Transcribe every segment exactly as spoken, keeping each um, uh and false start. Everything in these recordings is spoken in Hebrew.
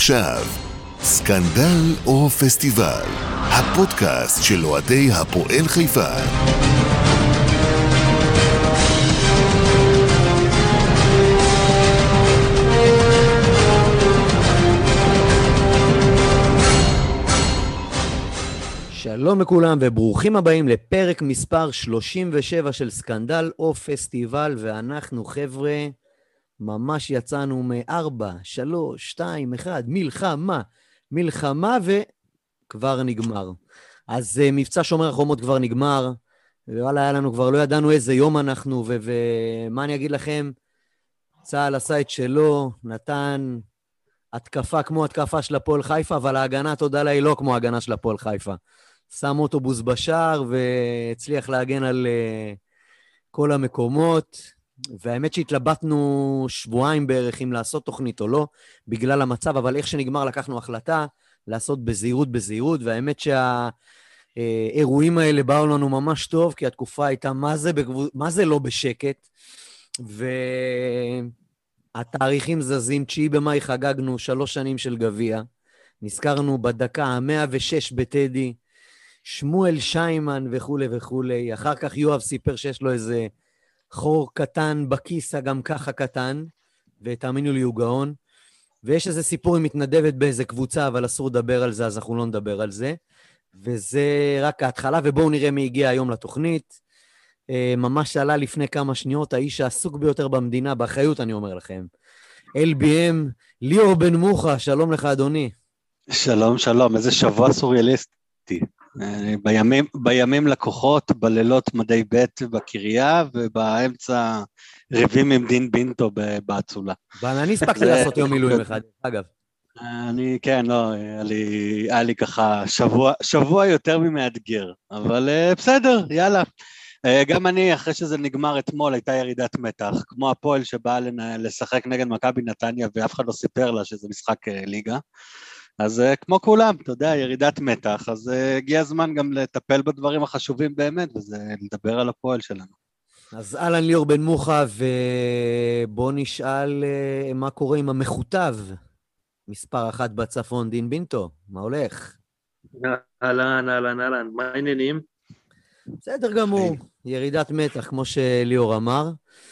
עכשיו, סקנדל או פסטיבל, הפודקאסט של אוהדי הפועל חיפה. שלום לכולם וברוכים הבאים לפרק מספר שלושים ושבע של סקנדל או פסטיבל, ואנחנו חבר'ה ממש יצאנו מ-ארבע, שלוש, שתיים, אחד, מלחמה, מלחמה וכבר נגמר. אז uh, מבצע שומר החומות כבר נגמר, וואלה היה לנו כבר, לא ידענו איזה יום אנחנו, ו- ומה אני אגיד לכם, צהל עשה את שלו, נתן התקפה כמו התקפה של הפועל חיפה, אבל ההגנה תודה לה היא לא כמו ההגנה של הפועל חיפה. שם אוטובוס בשער והצליח להגן על uh, כל המקומות, והאמת שהתלבטנו שבועיים בערך אם לעשות תוכנית או לא, בגלל המצב, אבל איך שנגמר לקחנו החלטה לעשות בזהירות בזהירות, והאמת שהאירועים האלה באו לנו ממש טוב, כי התקופה הייתה מה זה, בגבול, מה זה לא בשקט, והתאריכים זזים, תשיעי במאי חגגנו שלוש שנים של גביע, נזכרנו בדקה ה-מאה ושש בטדי, שמואל שיימן וכו' וכו', אחר כך יואב סיפר שיש לו איזה חור קטן בכיסה, גם ככה קטן, ותאמינו לי הוא גאון, ויש איזה סיפור עם מתנדבת באיזה קבוצה, אבל אסור לדבר על זה, אז אנחנו לא נדבר על זה, וזה רק ההתחלה, ובואו נראה מי הגיע היום לתוכנית, ממש עלה לפני כמה שניות, האיש העסוק ביותר במדינה, באחריות אני אומר לכם, אל בי אם, ליאור בן מוחה, שלום לך אדוני. שלום שלום, איזה שבוע סוריאליסטי. בימים, בימים לקוחות, בלילות מדי בית בקריה, ובאמצע ריבים עם דין בינטו באצולה. אבל אני הספקתי לעשות יום מילואים אחד, אגב. אני, כן, לא, היה לי, היה לי ככה שבוע, שבוע יותר ממאתגר, אבל בסדר, יאללה. גם אני, אחרי שזה נגמר אתמול, הייתה ירידת מתח, כמו הפועל שבאה לשחק נגד מכבי נתניה, ואף אחד לא סיפר לה שזה משחק ליגה. אז כמו כולם, אתה יודע, ירידת מתח, אז הגיע הזמן גם לטפל בדברים החשובים באמת, וזה לדבר על הפועל שלנו. אז אהלן ליאור בן מוחה, ובוא נשאל מה קורה עם המכותב, מספר אחת בצפון, דין בינטו, מה הולך? אהלן, אהלן, אהלן, מה העניינים? בסדר גמור, ירידת מתח, כמו שליאור אמר.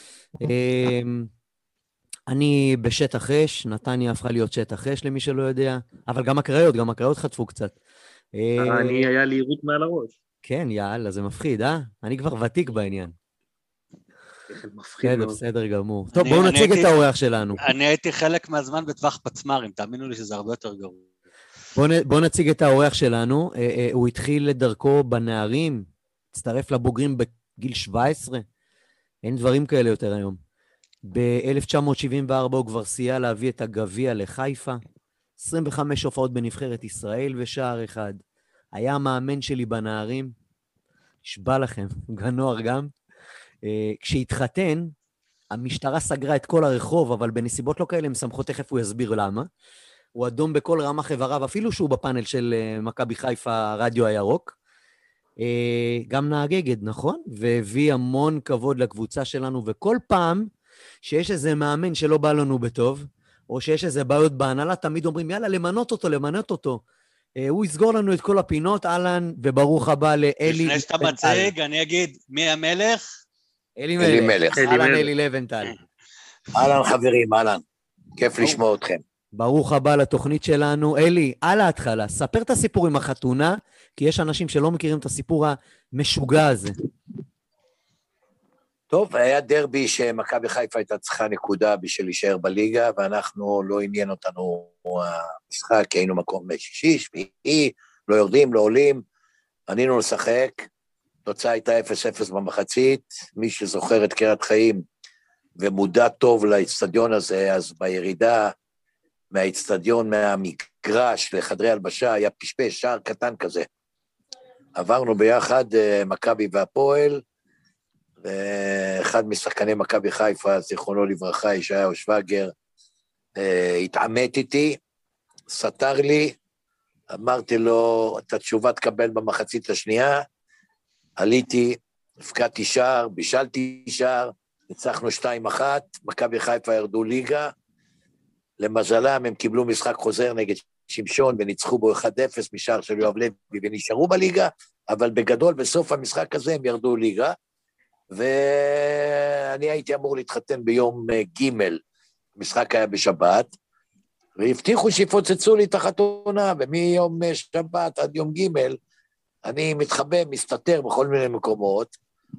אני בשטח אש, נתניה הפכה להיות שטח אש למי שלא יודע, אבל גם הקריות, גם הקריות חטפו קצת. אני היה לי עירות מעל הראש. כן, יאללה, זה מפחיד, אה? אני כבר ותיק בעניין. מפחיד מאוד. בסדר גמור. טוב, בואו נציג את האורח שלנו. אני הייתי חלק מהזמן בטווח פצמרים, תאמינו לי שזה הרבה יותר גרוע. בואו נציג את האורח שלנו. הוא התחיל לדרכו בנערים, הצטרף לבוגרים בגיל שבע עשרה. אין דברים כאלה יותר היום. ב-אלף תשע מאות שבעים וארבע הוא כבר סייע להביא את הגביע לחיפה, עשרים וחמש הופעות בנבחרת ישראל ושער אחד. היה המאמן שלי בנערים, נשבע לכם, גנוער גם. כשהתחתן, המשטרה סגרה את כל הרחוב, אבל בנסיבות לא כאלה הם סמכות, תכף הוא יסביר למה. הוא אדום בכל רמ"ח איבריו, אפילו שהוא בפאנל של מכבי חיפה, רדיו הירוק. גם נהג אגד, נכון? והביא המון כבוד לקבוצה שלנו, וכל פעם שיש איזה מאמן שלא בא לנו בטוב, או שיש איזה בעיות בהנהלה, תמיד אומרים, יאללה, למנות אותו, למנות אותו. הוא יסגור לנו את כל הפינות, אהלן, וברוך הבא לאלי... לפני שאתה מציג, אני אגיד, מי המלך? אלי מלך. אהלן, אלי לבנטל. אהלן חברים, אהלן. כיף לשמוע אתכם. ברוך הבא לתוכנית שלנו. אלי, על ההתחלה, ספר את הסיפור עם החתונה, כי יש אנשים שלא מכירים את הסיפור המשוגע הזה. טוב, היה דרבי שמכבי חיפה הייתה צריכה נקודה בשביל להישאר בליגה, ואנחנו לא עניין אותנו המשחק, כי היינו מקום שישי, שביעי, לא יורדים, לא עולים, ענינו לשחק, תוצאה הייתה אפס אפס במחצית, מי שזוכר את קריית חיים, ומודע טוב לאצטדיון הזה, אז בירידה מהאצטדיון, מהמגרש לחדרי הלבשה, היה פשפש, שער קטן כזה. עברנו ביחד מכבי והפועל, ואחד משחקני מכבי חיפה, זיכרונו לברכה, ישעיהו שווגר, התעמת איתי, סתר לי, אמרתי לו, את התשובה תקבל במחצית השנייה, עליתי, הפקעתי שער, בישלתי שער, ניצחנו שתיים אחת, מכבי חיפה ירדו ליגה, למזלם הם קיבלו משחק חוזר נגד שמשון, וניצחו בו אחד אפס משער של יואב לוי, ונשארו בליגה, אבל בגדול בסוף המשחק הזה הם ירדו ליגה, ואני הייתי אמור להתחתן ביום ג', המשחק היה בשבת, והבטיחו שיפוצצו לי את החתונה, ומיום שבת עד יום ג' אני מתחבא, מסתתר בכל מיני מקומות,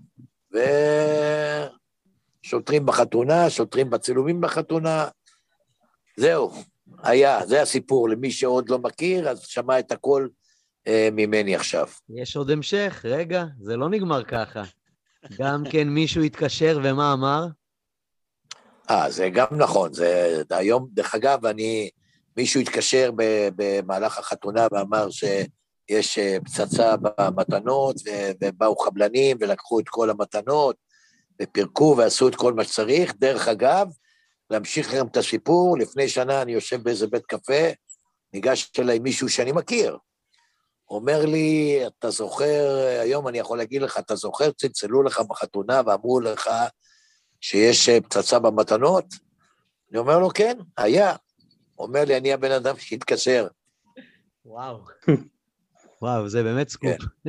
ושוטרים בחתונה, שוטרים בצילומים בחתונה, זהו, היה, זה הסיפור, למי שעוד לא מכיר, אז שמע את הכל אה, ממני עכשיו. יש עוד המשך, רגע, זה לא נגמר ככה. גם כן מישהו התקשר ומה אמר? אה, זה גם נכון, זה היום, דרך אגב, אני, מישהו התקשר במהלך החתונה ואמר שיש פצצה במתנות, ובאו חבלנים ולקחו את כל המתנות, ופירקו ועשו את כל מה שצריך. דרך אגב, להמשיך לכם את הסיפור, לפני שנה אני יושב באיזה בית קפה, ניגש אליי מישהו שאני מכיר, אומר לי, אתה זוכר, היום אני יכול להגיד לך, אתה זוכר, צלצלו לך בחתונה ואמרו לך שיש פצצה במתנות? אני אומר לו, כן, היה. אומר לי, אני הבן אדם שהתקשר. וואו. וואו, זה באמת סקופ. כן.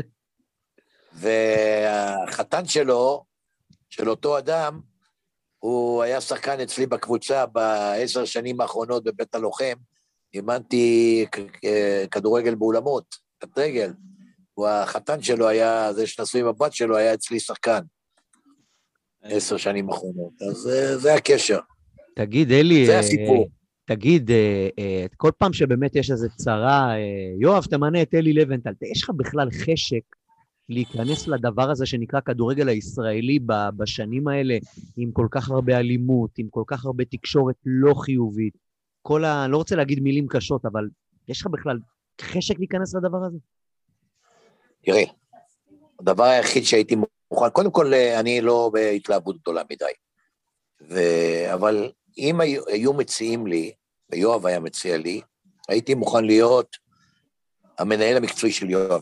והחתן שלו, של אותו אדם, הוא היה שחקן אצלי בקבוצה בעשר שנים האחרונות בבית הלוחם, אימנתי כדורגל באולמות, כדורגל. והחתן שלו היה, זה שנשוי עם הבת שלו, היה אצלי שחקן. עשר שנים אחרונות, אז זה הקשר. תגיד, אלי, זה הסיפור. תגיד, כל פעם שבאמת יש איזו צרה, יואב, תמנה את אלי לבנטל, יש לך בכלל חשק להיכנס לדבר הזה שנקרא כדורגל הישראלי בשנים האלה, עם כל כך הרבה אלימות, עם כל כך הרבה תקשורת לא חיובית, כל ה... אני לא רוצה להגיד מילים קשות, אבל יש לך בכלל חשק להיכנס לדבר הזה? תראי, הדבר היחיד שהייתי מוכן, קודם כל אני לא בהתלהבות גדולה מדי, ו... אבל אם היו, היו מציעים לי, ויואב היה מציע לי, הייתי מוכן להיות המנהל המקצועי של יואב.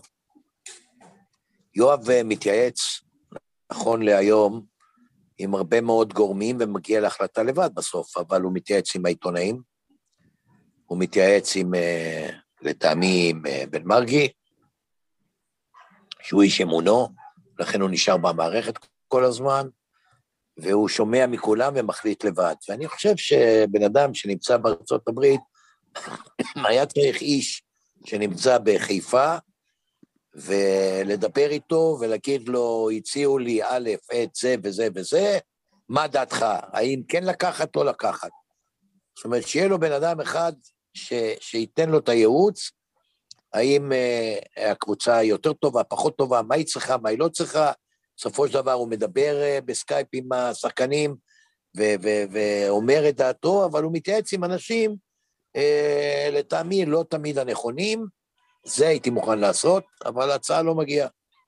יואב מתייעץ, נכון להיום, עם הרבה מאוד גורמים, ומגיע להחלטה לבד בסוף, אבל הוא מתייעץ עם העיתונאים, הוא מתייעץ עם, לטעמי, עם בן מרגי, שהוא איש אמונו, לכן הוא נשאר במערכת כל הזמן, והוא שומע מכולם ומחליט לבד. ואני חושב שבן אדם שנמצא בארצות הברית, היה צריך איש שנמצא בחיפה, ולדבר איתו ולהגיד לו, הציעו לי א', את זה וזה וזה, מה דעתך? האם כן לקחת או לקחת? זאת אומרת, שיהיה לו בן אדם אחד ש, שייתן לו את הייעוץ, האם uh, הקבוצה יותר טובה, פחות טובה, מה היא צריכה, מה היא לא צריכה, בסופו של דבר הוא מדבר uh, בסקייפ עם השחקנים, ו- ו- ואומר את דעתו, אבל הוא מתייעץ עם אנשים, uh, לטעמי לא תמיד הנכונים, זה הייתי מוכן לעשות, אבל ההצעה לא מגיעה.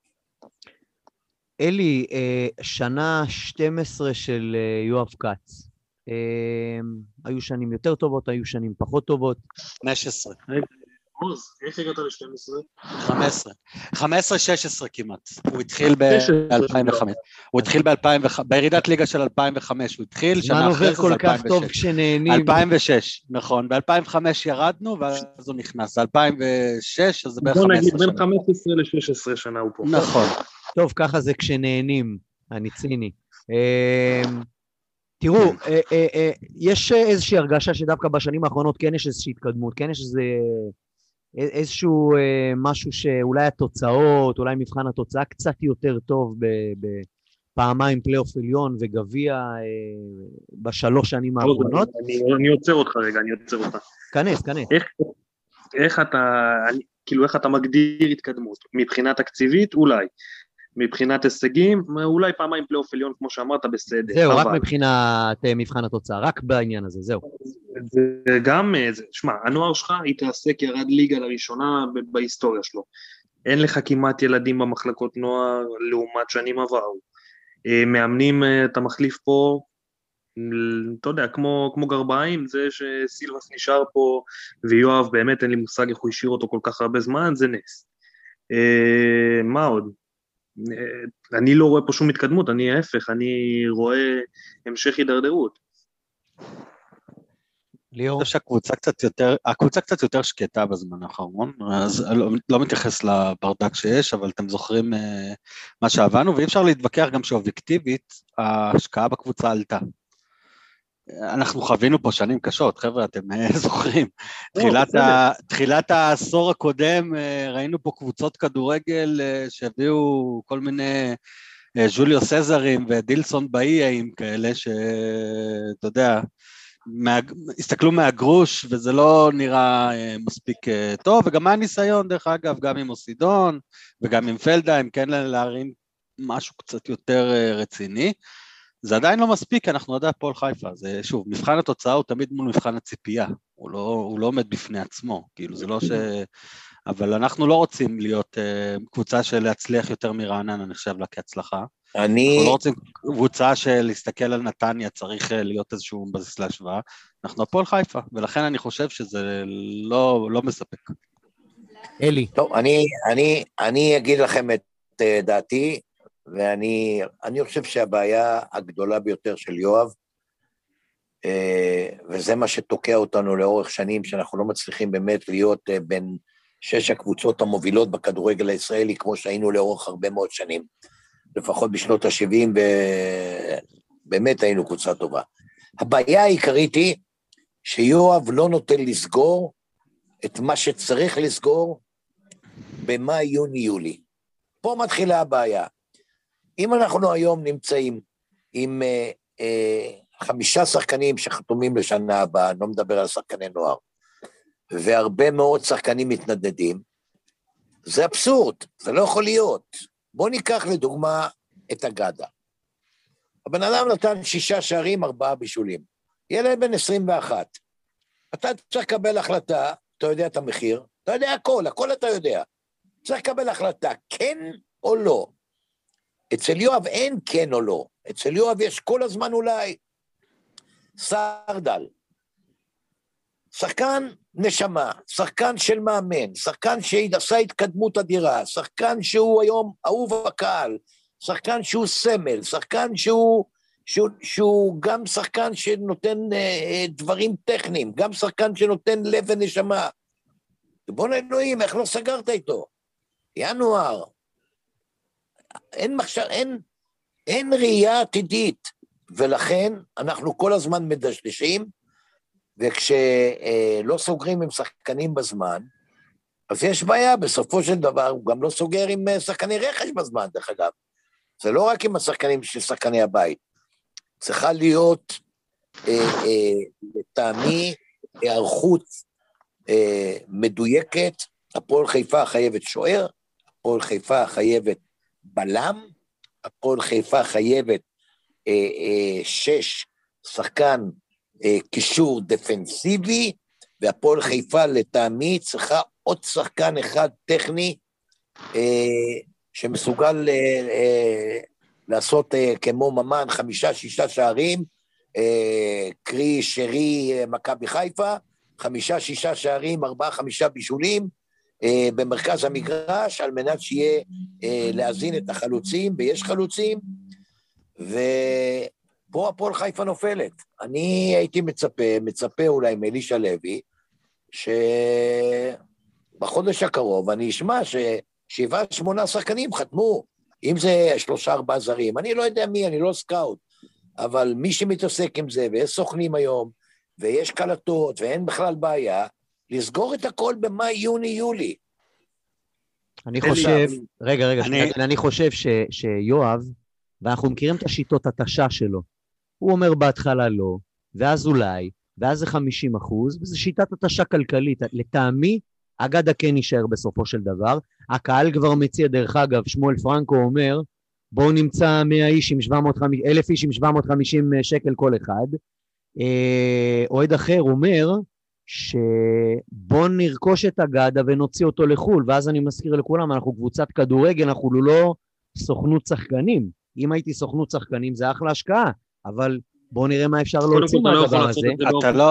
אלי, שנה שתים עשרה של יואב קץ. היו שנים יותר טובות, היו שנים פחות טובות. חמש עשרה. עוז, איך הגעת ל-שתים עשרה? חמש עשרה. חמש עשרה שש עשרה כמעט. הוא התחיל ב-אלפיים וחמש. הוא התחיל ב-אלפיים וחמש, בירידת ליגה של אלפיים וחמש. הוא התחיל שנה אחרי זה, כל כך טוב כשנהנים. אלפיים ושש, נכון. ב-אלפיים וחמש ירדנו, ואז הוא נכנס. אלפיים ושש, אז זה בערך חמש עשרה שנה. בוא נגיד, בין חמש עשרה ל-שש עשרה שנה הוא פה. נכון. טוב, ככה זה כשנהנים. אני ציני. תראו, יש איזושהי הרגשה שדווקא בשנים האחרונות כן יש איזושהי התקדמות, כן יש איזה... איזשהו אה, משהו שאולי התוצאות, אולי מבחן התוצאה קצת יותר טוב בפעמיים פלייאוף עליון וגביע אה, בשלוש שנים האחרונות. אני, אני יוצר אותך רגע, אני יוצר אותך. כנס, כנס. איך, איך אתה, כאילו איך אתה מגדיר התקדמות? מבחינה תקציבית, אולי. מבחינת הישגים, אולי פעמיים פלייאוף עליון, כמו שאמרת, בסדר. זהו, אבל... רק מבחינת מבחן התוצאה, רק בעניין הזה, זהו. זה גם, שמע, הנוער שלך התרסק, ירד ליגה לראשונה בהיסטוריה שלו. אין לך כמעט ילדים במחלקות נוער, לעומת שנים עברו. מאמנים, אתה מחליף פה, אתה יודע, כמו, כמו גרביים, זה שסילבס נשאר פה, ויואב, באמת אין לי מושג איך הוא השאיר אותו כל כך הרבה זמן, זה נס. מה עוד? אני לא רואה פה שום התקדמות, אני ההפך, אני רואה המשך הידרדרות. ליאור? אני חושב שהקבוצה קצת יותר, הקבוצה קצת יותר שקטה בזמן האחרון, אז לא, לא מתייחס לברדק שיש, אבל אתם זוכרים uh, מה שעבנו, ואי אפשר להתווכח גם שאובייקטיבית, ההשקעה בקבוצה עלתה. אנחנו חווינו פה שנים קשות, חבר'ה, אתם זוכרים. תחילת, ה, תחילת העשור הקודם, ראינו פה קבוצות כדורגל שהביאו כל מיני ז'וליו סזרים ודילסון באיים כאלה, שאתה יודע, מה, הסתכלו מהגרוש, וזה לא נראה מספיק טוב, וגם היה ניסיון, דרך אגב, גם עם אוסידון, וגם עם פלדהיים, כן להרים משהו קצת יותר רציני, זה עדיין לא מספיק, אנחנו יודע פועל חיפה, זה שוב, מבחן התוצאה הוא תמיד מול מבחן הציפייה, הוא לא, הוא לא עומד בפני עצמו, כאילו זה לא ש... אבל אנחנו לא רוצים להיות uh, קבוצה של להצליח יותר מרענן, אני חושב לה כהצלחה. אני... אנחנו לא רוצים קבוצה של להסתכל על נתניה, צריך להיות איזשהו בסיס להשוואה, אנחנו הפועל חיפה, ולכן אני חושב שזה לא, לא מספק. אלי. טוב, אני, אני, אני אגיד לכם את uh, דעתי, ואני אני חושב שהבעיה הגדולה ביותר של יואב, וזה מה שתוקע אותנו לאורך שנים, שאנחנו לא מצליחים באמת להיות בין שש הקבוצות המובילות בכדורגל הישראלי, כמו שהיינו לאורך הרבה מאוד שנים, לפחות בשנות ה-שבעים, ובאמת היינו קבוצה טובה. הבעיה העיקרית היא שיואב לא נותן לסגור את מה שצריך לסגור במאי, יוני, יולי. פה מתחילה הבעיה. אם אנחנו היום נמצאים עם אה, אה, חמישה שחקנים שחתומים לשנה הבאה, אני לא מדבר על שחקני נוער, והרבה מאוד שחקנים מתנדנדים, זה אבסורד, זה לא יכול להיות. בואו ניקח לדוגמה את אגדה. הבן אדם נתן שישה שערים, ארבעה בישולים. ילד בן עשרים ואחת. אתה צריך לקבל החלטה, אתה יודע את המחיר, אתה יודע הכל, הכל אתה יודע. צריך לקבל החלטה, כן או לא. אצל יואב אין כן או לא, אצל יואב יש כל הזמן אולי. סרדל, שחקן נשמה, שחקן של מאמן, שחקן שעשה התקדמות אדירה, שחקן שהוא היום אהוב הקהל, שחקן שהוא סמל, שחקן שהוא, שהוא, שהוא גם שחקן שנותן אה, דברים טכניים, גם שחקן שנותן לב ונשמה. בוא נאלוהים, איך לא סגרת איתו? ינואר, אין מחשב, אין, אין ראייה עתידית, ולכן אנחנו כל הזמן מדשדשים, וכשלא סוגרים עם שחקנים בזמן, אז יש בעיה, בסופו של דבר, הוא גם לא סוגר עם שחקני רכש בזמן, דרך אגב. זה לא רק עם השחקנים של שחקני הבית, צריכה להיות, אה, אה, לטעמי, הערכות אה, מדויקת, הפועל חיפה חייבת שוער, הפועל חיפה חייבת בלם, הפועל חיפה חייבת אה, אה, שש, שחקן אה, קישור דפנסיבי, והפועל חיפה לטעמי צריכה עוד שחקן אחד טכני, אה, שמסוגל אה, אה, לעשות אה, כמו ממן חמישה, שישה שערים, אה, קרי שרי אה, מכבי חיפה, חמישה, שישה שערים, ארבעה, חמישה בישולים, אה, במרכז המגרש, על מנת שיהיה אה, להזין את החלוצים, ויש חלוצים, ופה הפועל חיפה נופלת. אני הייתי מצפה, מצפה אולי מאלישע לוי, שבחודש הקרוב אני אשמע ששבעה, שמונה שחקנים חתמו, אם זה שלושה, ארבעה זרים, אני לא יודע מי, אני לא סקאוט, אבל מי שמתעסק עם זה, ויש סוכנים היום, ויש קלטות, ואין בכלל בעיה, לסגור את הכל במאי, יוני, יולי. אני חושב, רגע, רגע, אני, אני חושב ש, שיואב, ואנחנו מכירים את השיטות התשה שלו, הוא אומר בהתחלה לא, ואז אולי, ואז זה חמישים אחוז, וזו שיטת התשה כלכלית. לטעמי, אגדה כן יישאר בסופו של דבר. הקהל כבר מציע, דרך אגב, שמואל פרנקו אומר, בואו נמצא מאה איש עם שבע מאות וחמישים, אלף איש עם שבע מאות וחמישים שקל כל אחד. אוהד אחר אומר, שבואו נרכוש את אגדה ונוציא אותו לחול, ואז אני מזכיר לכולם, אנחנו קבוצת כדורגל, אנחנו לא סוכנות שחקנים. אם הייתי סוכנות שחקנים, זה אחלה השקעה, אבל בואו נראה מה אפשר להוציא מהדבר הזה. אתה לא,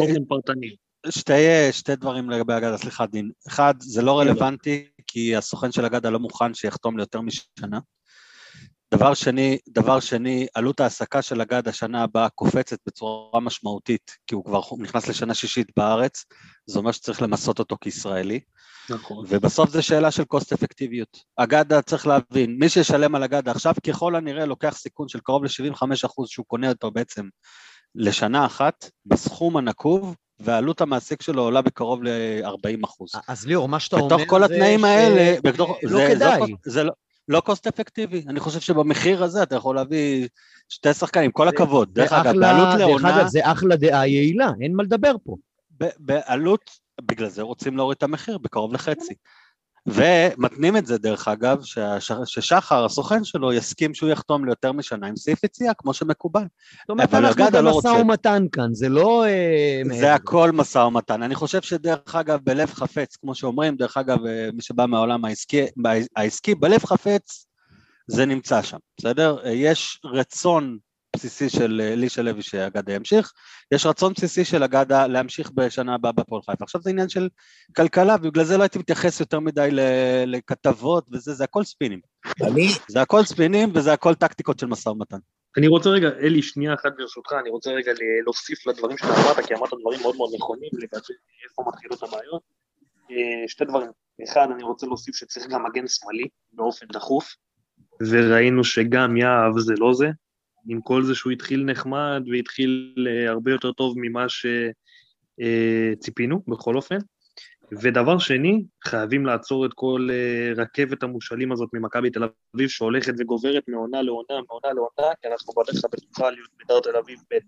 שתי, שתי דברים לגבי אגדה, סליחה דין. אחד, זה לא רלוונטי, כי הסוכן של אגדה לא מוכן שיחתום ליותר משנה. דבר שני, דבר שני, עלות העסקה של אגד השנה הבאה קופצת בצורה משמעותית, כי הוא כבר נכנס לשנה שישית בארץ, זה אומר שצריך למסות אותו כישראלי, נכון. ובסוף זה שאלה של קוסט אפקטיביות. אגד צריך להבין, מי שישלם על אגד עכשיו, ככל הנראה לוקח סיכון של קרוב ל-שבעים וחמישה אחוז שהוא קונה אותו בעצם לשנה אחת, בסכום הנקוב, ועלות המעסיק שלו עולה בקרוב ל-ארבעים אחוז. אז ליאור, מה שאתה אומר זה... בתוך כל התנאים האלה, לא כדאי. זה לא... לא קוסט אפקטיבי, אני חושב שבמחיר הזה אתה יכול להביא שתי שחקנים, כל הכבוד, דרך אגב, בעלות לעונה... דרך אגב, זה אחלה דעה יעילה, אין מה לדבר פה. בעלות, בגלל זה רוצים להוריד את המחיר, בקרוב לחצי. ומתנים את זה דרך אגב, ששחר, הסוכן שלו, יסכים שהוא יחתום ליותר משנה עם סעיף יציאה, כמו שמקובל. זאת אומרת, אנחנו במשא ומתן כאן, זה לא... זה הכל משא ומתן. אני חושב שדרך אגב, בלב חפץ, כמו שאומרים, דרך אגב, מי שבא מהעולם העסקי, העסקי, בלב חפץ, זה נמצא שם, בסדר? יש רצון בסיסי של אלישע לוי שאגדה ימשיך, יש רצון בסיסי של אגדה להמשיך בשנה הבאה בפועל חיפה. עכשיו זה עניין של כלכלה, ובגלל זה לא הייתי מתייחס יותר מדי לכתבות, וזה זה הכל ספינים. אני... זה הכל ספינים, וזה הכל טקטיקות של משא ומתן. אני רוצה רגע, אלי, שנייה אחת ברשותך, אני רוצה רגע להוסיף לדברים שאתה אמרת, כי אמרת דברים מאוד מאוד נכונים, לבצע איפה מתחילות הבעיות. שתי דברים. אחד, אני רוצה להוסיף שצריך גם מגן שמאלי, באופן דחוף, וראינו שגם יאהב זה לא זה, עם כל זה שהוא התחיל נחמד, והתחיל הרבה יותר טוב ממה שציפינו, בכל אופן. ודבר שני, חייבים לעצור את כל רכבת המושלים הזאת ממכבי תל אביב, שהולכת וגוברת מעונה לעונה, מעונה לעונה, כי אנחנו בדרך הבטוחה להיות בית"ר תל אביב ב'.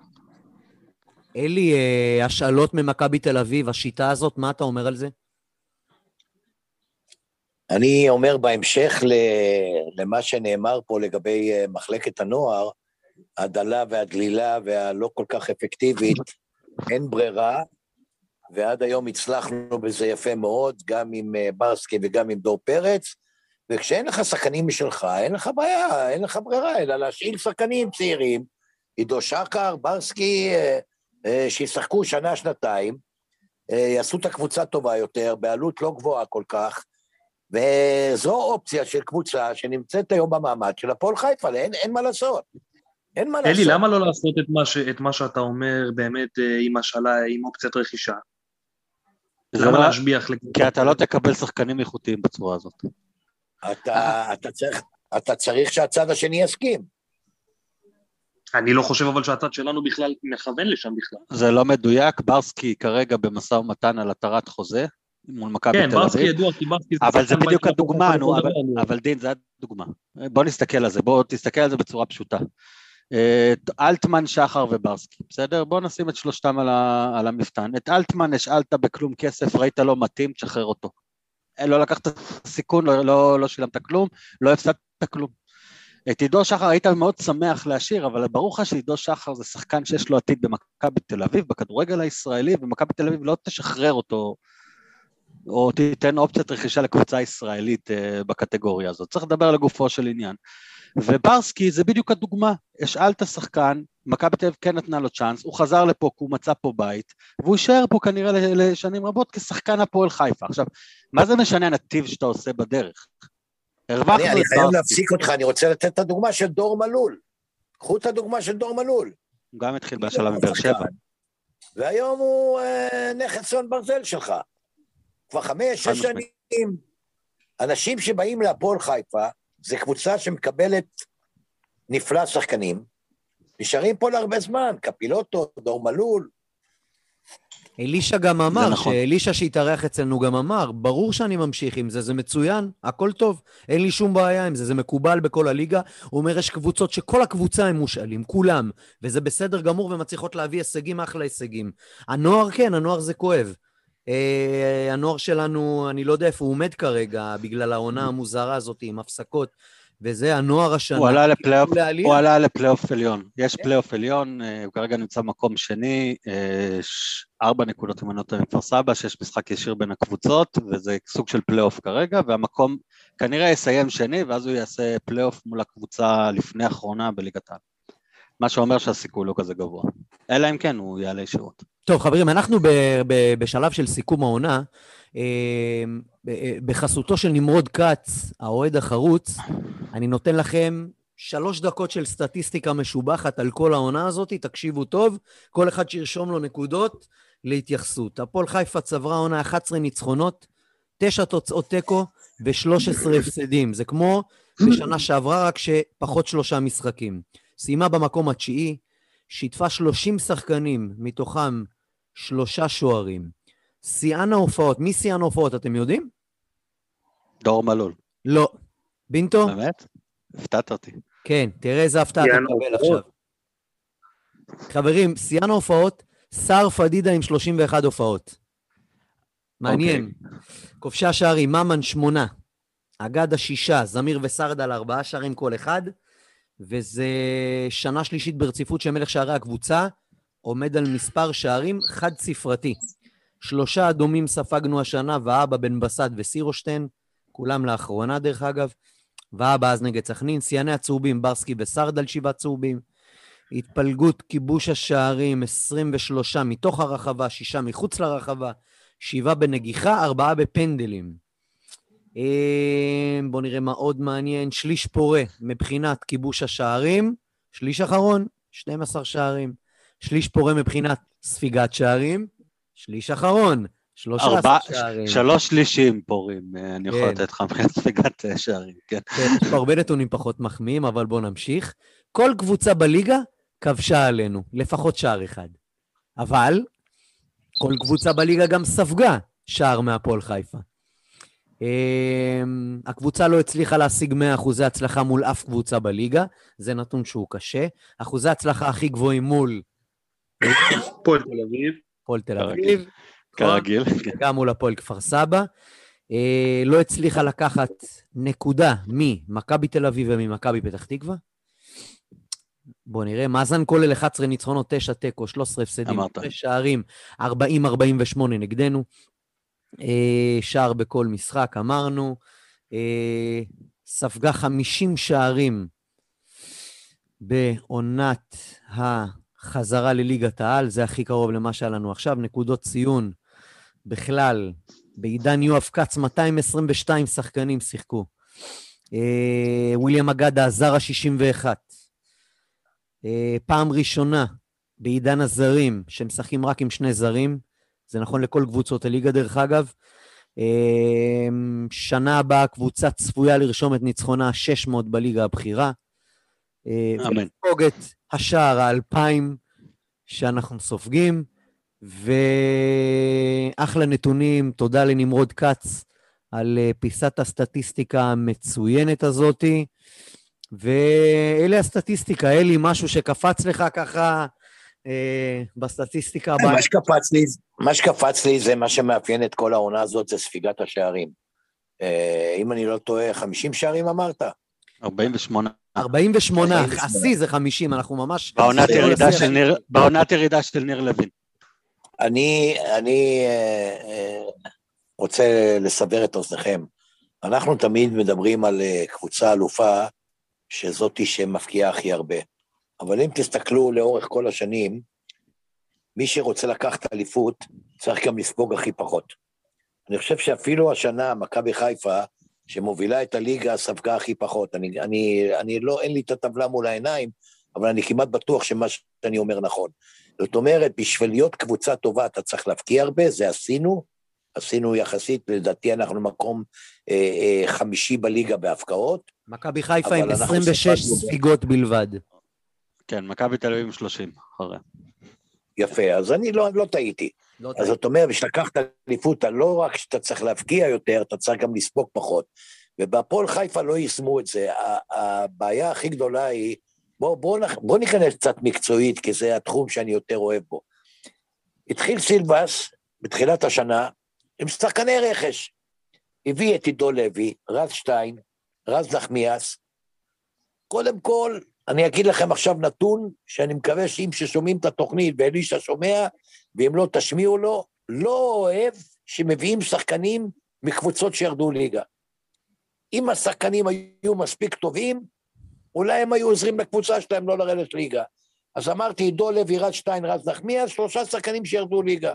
אלי, השאלות ממכבי תל אביב, השיטה הזאת, מה אתה אומר על זה? אני אומר בהמשך למה שנאמר פה לגבי מחלקת הנוער, הדלה והדלילה והלא כל כך אפקטיבית, אין ברירה, ועד היום הצלחנו בזה יפה מאוד, גם עם ברסקי וגם עם דור פרץ, וכשאין לך שחקנים משלך, אין לך בעיה, אין לך ברירה, אלא להשאיל שחקנים צעירים, עידו שחר, ברסקי, שישחקו שנה, שנתיים, יעשו את הקבוצה טובה יותר, בעלות לא גבוהה כל כך, וזו אופציה של קבוצה שנמצאת היום במעמד של הפועל חיפה, אין, אין מה לעשות. אין מה אלי, לעשות. למה לא לעשות את מה, ש, את מה שאתה אומר באמת עם השאלה, עם אופציית רכישה? למה לא, להשביח? כי אתה לא תקבל שחקנים איכותיים בצורה הזאת. אתה, אתה, צריך, אתה צריך שהצד השני יסכים. אני לא חושב אבל שהצד שלנו בכלל מכוון לשם בכלל. זה לא מדויק, ברסקי כרגע במשא ומתן על התרת חוזה, מול מכבי תל אביב. כן, ברסקי ידוע, כי ברסקי... אבל זה בדיוק הדוגמה, אבל דין, זה הדוגמה. בוא נסתכל על זה, בוא תסתכל על זה בצורה פשוטה. אלטמן, שחר וברסקי, בסדר? בוא נשים את שלושתם על המפתן. את אלטמן השאלת בכלום כסף, ראית לא מתאים, תשחרר אותו. לא לקחת סיכון, לא שילמת כלום, לא הפסדת כלום. את עידו שחר היית מאוד שמח להשאיר, אבל ברור לך שעידו שחר זה שחקן שיש לו עתיד במכבי תל אביב, בכדורגל הישראלי, ומכבי תל אביב לא תשחרר אותו, או תיתן אופציית רכישה לקבוצה ישראלית בקטגוריה הזאת. צריך לדבר לגופו של עניין. וברסקי זה בדיוק הדוגמה, השאלת שחקן, מכבי תל אביב כן נתנה לו צ'אנס, הוא חזר לפה כי הוא מצא פה בית, והוא יישאר פה כנראה לשנים רבות כשחקן הפועל חיפה. עכשיו, מה זה משנה הנתיב שאתה עושה בדרך? אני, אני חייב להפסיק אותך, אני רוצה לתת את הדוגמה של דור מלול. קחו את הדוגמה של דור מלול. הוא גם התחיל בהשאלה מבאר שבע. והיום הוא אה, נכס צאן ברזל שלך. כבר חמש, שש שנים. אנשים שבאים להפועל חיפה, זה קבוצה שמקבלת נפלא שחקנים, נשארים פה להרבה זמן, קפילוטו, דור מלול. אלישע גם אמר, נכון. שאלישע שהתארח אצלנו גם אמר, ברור שאני ממשיך עם זה, זה מצוין, הכל טוב, אין לי שום בעיה עם זה, זה מקובל בכל הליגה, הוא אומר יש קבוצות שכל הקבוצה הם מושאלים, כולם, וזה בסדר גמור ומצליחות להביא הישגים, אחלה הישגים. הנוער כן, הנוער זה כואב. Uh, הנוער שלנו, אני לא יודע איפה הוא עומד כרגע, בגלל העונה המוזרה הזאת עם הפסקות, וזה הנוער השנה. הוא עלה לפלייאוף, הוא עלה לפלייאוף עליון. יש פלייאוף עליון, הוא כרגע נמצא במקום שני, ארבע נקודות עם כפר סבא, שיש משחק ישיר בין הקבוצות, וזה סוג של פלייאוף כרגע, והמקום כנראה יסיים שני, ואז הוא יעשה פלייאוף מול הקבוצה לפני האחרונה בליגת העל. מה שאומר שהסיכוי לא כזה גבוה. אלא אם כן, הוא יעלה ישירות. טוב, חברים, אנחנו ב- ב- בשלב של סיכום העונה, בחסותו של נמרוד קץ, האוהד החרוץ, אני נותן לכם שלוש דקות של סטטיסטיקה משובחת על כל העונה הזאת, תקשיבו טוב, כל אחד שירשום לו נקודות להתייחסות. הפועל חיפה צברה עונה אחת עשרה ניצחונות, תשע תוצאות תיקו ו-שלוש עשרה הפסדים. זה כמו בשנה שעברה, רק שפחות שלושה משחקים. סיימה במקום התשיעי, שיתפה שלושים שחקנים, מתוכם שלושה שוערים. שיאן ההופעות, מי שיאן ההופעות, אתם יודעים? דור מלול. לא. בינטו? באמת? הפתעת אותי. כן, תראה איזה הפתעה אתה מקבל עכשיו. חברים, שיאן ההופעות, שר פדידה עם שלושים ואחת הופעות. מעניין. כובשי השערים, ממן שמונה, אגדה שישה, זמיר וסרדל ארבעה שערים כל אחד, וזה שנה שלישית ברציפות שמלך שערי הקבוצה, עומד על מספר שערים חד ספרתי. שלושה אדומים ספגנו השנה, ואבא בן בסד וסירושטיין, כולם לאחרונה דרך אגב, ואבא אז נגד סכנין, סייני הצהובים, ברסקי וסרדל שבעה צהובים, התפלגות כיבוש השערים עשרים ושלושה מתוך הרחבה, שישה מחוץ לרחבה, שבעה בנגיחה, ארבעה בפנדלים. בואו נראה מה עוד מעניין, שליש פורה מבחינת כיבוש השערים, שליש אחרון, שנים עשר שערים, שליש פורה מבחינת ספיגת שערים, שליש אחרון, שלושה עשר שערים. שלוש שלישים פורים, אני יכול לתת לך מבחינת ספיגת שערים, כן. יש פה הרבה נתונים פחות מחמיאים, אבל בואו נמשיך. כל קבוצה בליגה כבשה עלינו, לפחות שער אחד. אבל כל קבוצה בליגה גם ספגה שער מהפועל חיפה. הקבוצה לא הצליחה להשיג מאה אחוזי הצלחה מול אף קבוצה בליגה, זה נתון שהוא קשה. אחוזי הצלחה הכי גבוהים מול פועל תל אביב. פועל תל אביב. כרגיל. גם מול הפועל כפר סבא. לא הצליחה לקחת נקודה ממכבי תל אביב וממכבי פתח תקווה. בואו נראה, מאזן כולל אחת עשרה ניצחונות, תשע תיקו, שלושה עשר הפסדים, שערים, ארבעים ארבעים ושמונה נגדנו. שער בכל משחק, אמרנו. ספגה חמישים שערים בעונת החזרה לליגת העל, זה הכי קרוב למה שהיה לנו עכשיו. נקודות ציון בכלל, בעידן יואב קץ, מאתיים עשרים ושתיים שחקנים שיחקו. וויליאם אגדה, הזר ה-שישים ואחת. פעם ראשונה בעידן הזרים, שמשחקים רק עם שני זרים, זה נכון לכל קבוצות הליגה דרך אגב. שנה הבאה קבוצה צפויה לרשום את ניצחונה שש מאות בליגה הבחירה. אמן. ולספוג את השער האלפיים שאנחנו סופגים, ואחלה נתונים, תודה לנמרוד קץ על פיסת הסטטיסטיקה המצוינת הזאת, ואלה הסטטיסטיקה, אלי, משהו שקפץ לך ככה אה, בסטטיסטיקה הבאה. מה שקפץ לי, מה שקפץ לי זה מה שמאפיין את כל העונה הזאת, זה ספיגת השערים. אה, אם אני לא טועה, חמישים שערים אמרת? ארבעים ושמונה. ארבעים ושמונה, עשי זה חמישים, אנחנו ממש... בעונת ירידה של ניר, בעונת ירידה של ניר לוין. אני, אני אה, אה, רוצה לסבר את אוזניכם. אנחנו תמיד מדברים על קבוצה אלופה, שזאתי שמפקיעה הכי הרבה. אבל אם תסתכלו לאורך כל השנים, מי שרוצה לקחת אליפות, צריך גם לספוג הכי פחות. אני חושב שאפילו השנה, מכבי חיפה, שמובילה את הליגה, ספגה הכי פחות. אני, אני, אני לא, אין לי את הטבלה מול העיניים, אבל אני כמעט בטוח שמה שאני אומר נכון. זאת אומרת, בשביל להיות קבוצה טובה, אתה צריך להפקיע הרבה, זה עשינו, עשינו יחסית, לדעתי אנחנו מקום אה, אה, חמישי בליגה בהפקעות. מכבי חיפה עם עשרים ושש ספיגות בלבד. כן, מכבי תל אביב עם שלושים, אחרי. יפה, אז אני לא, לא טעיתי. לא אז זאת אומרת, בשלקחת אליפות, לא רק שאתה צריך להפקיע יותר, אתה צריך גם לספוג פחות. ובהפועל חיפה לא יישמו את זה. הבעיה הכי גדולה היא, בוא, בוא, בוא ניכנס קצת מקצועית, כי זה התחום שאני יותר אוהב בו. התחיל סילבס, בתחילת השנה, עם שחקני רכש. הביא את עידו לוי, רז שטיין, רז נחמיאס. קודם כל, אני אגיד לכם עכשיו נתון, שאני מקווה שאם ששומעים את התוכנית, ואלישע שומע, ואם לא תשמיעו לו, לא אוהב שמביאים שחקנים מקבוצות שירדו ליגה. אם השחקנים היו מספיק טובים, אולי הם היו עוזרים לקבוצה שלהם לא לרדת ליגה. אז אמרתי, עידו לוי, רז שטיין, רז נחמיאס, שלושה שחקנים שירדו ליגה.